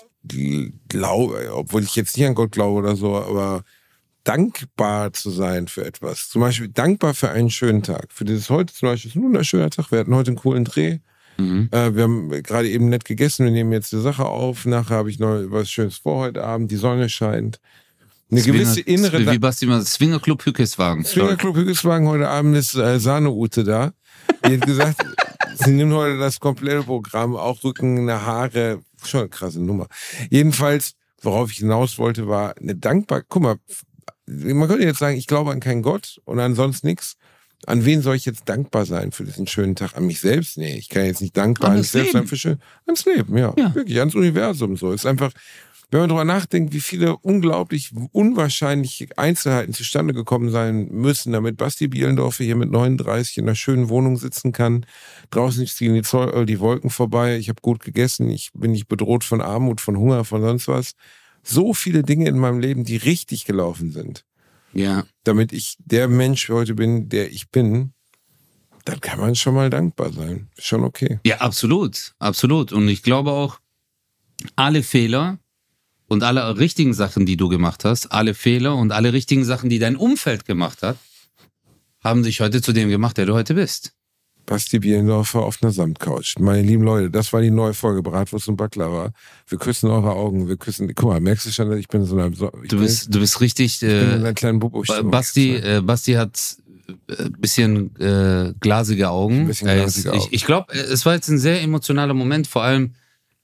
glaube, obwohl ich jetzt nicht an Gott glaube oder so, aber dankbar zu sein für etwas. Zum Beispiel dankbar für einen schönen Tag. Für dieses heute zum Beispiel ist ein wunderschöner Tag. Wir hatten heute einen coolen Dreh. Mhm. Äh, wir haben gerade eben nett gegessen. Wir nehmen jetzt die Sache auf. Nachher habe ich noch was Schönes vor heute Abend. Die Sonne scheint. Eine Swinger, gewisse innere... Wie Basti immer, Swingerclub Hückeswagen. Swingerclub Hückeswagen, heute Abend ist äh, Sahne-Ute da. Die hat gesagt, sie nimmt heute das komplette Programm, auch Rücken, eine Haare. Schon eine krasse Nummer. Jedenfalls, worauf ich hinaus wollte, war eine Dankbarkeit. Guck mal, man könnte jetzt sagen, ich glaube an keinen Gott und an sonst nichts. An wen soll ich jetzt dankbar sein für diesen schönen Tag? An mich selbst? Nee, ich kann jetzt nicht dankbar an mich selbst sein. Für schön, ans Leben, ja, ja. Wirklich, ans Universum. So. Ist einfach, wenn man darüber nachdenkt, wie viele unglaublich unwahrscheinliche Einzelheiten zustande gekommen sein müssen, damit Basti Bielendorfer hier mit neununddreißig in einer schönen Wohnung sitzen kann. Draußen ziehen die, Zoll, die Wolken vorbei. Ich habe gut gegessen. Ich bin nicht bedroht von Armut, von Hunger, von sonst was. So viele Dinge in meinem Leben, die richtig gelaufen sind. Ja. Damit ich der Mensch heute bin, der ich bin, dann kann man schon mal dankbar sein. Schon okay. Ja, absolut. Absolut. Und ich glaube auch, alle Fehler und alle richtigen Sachen, die du gemacht hast, alle Fehler und alle richtigen Sachen, die dein Umfeld gemacht hat, haben dich heute zu dem gemacht, der du heute bist. Basti Bielendorfer auf einer Samtcouch. Meine lieben Leute, das war die neue Folge Bratwurst und Baklava. Wir küssen eure Augen, wir küssen... Guck mal, merkst du schon, dass ich bin so einer... So, du, bist, bin, du bist richtig... Ich äh, bin in einer kleinen Bobo. Basti, äh, Basti hat ein bisschen äh, glasige Augen. Ein bisschen glasige äh, Augen. Ich, ich glaube, es war jetzt ein sehr emotionaler Moment, vor allem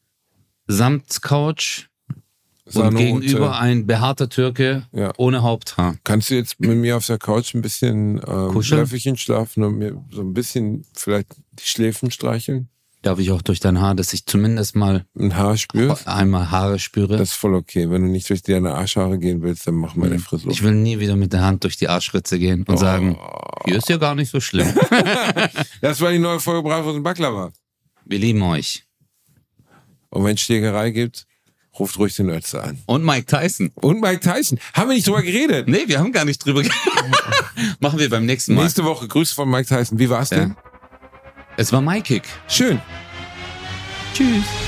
Samtcouch und gegenüber ein behaarter Türke ja. ohne Haupthaar. Kannst du jetzt mit mir auf der Couch ein bisschen ähm, Schläferchen schlafen und mir so ein bisschen vielleicht die Schläfen streicheln? Darf ich auch durch dein Haar, dass ich zumindest mal ein Haar spürst? Einmal Haare spüre. Das ist voll okay. Wenn du nicht durch deine Arschhaare gehen willst, dann mach mal eine Frisur. Ich will nie wieder mit der Hand durch die Arschritze gehen und oh. sagen, hier ist ja gar nicht so schlimm. Das war die neue Folge Bratwurst und Baklava. Wir lieben euch. Und wenn es Schlägerei gibt, ruft ruhig den Ötze an. Und Mike Tyson. Und Mike Tyson. Haben wir nicht drüber geredet? Nee, wir haben gar nicht drüber geredet. Machen wir beim nächsten Mal. Nächste Woche Grüße von Mike Tyson. Wie war's denn? Ja. Es war Mike-Kick. Schön. Tschüss.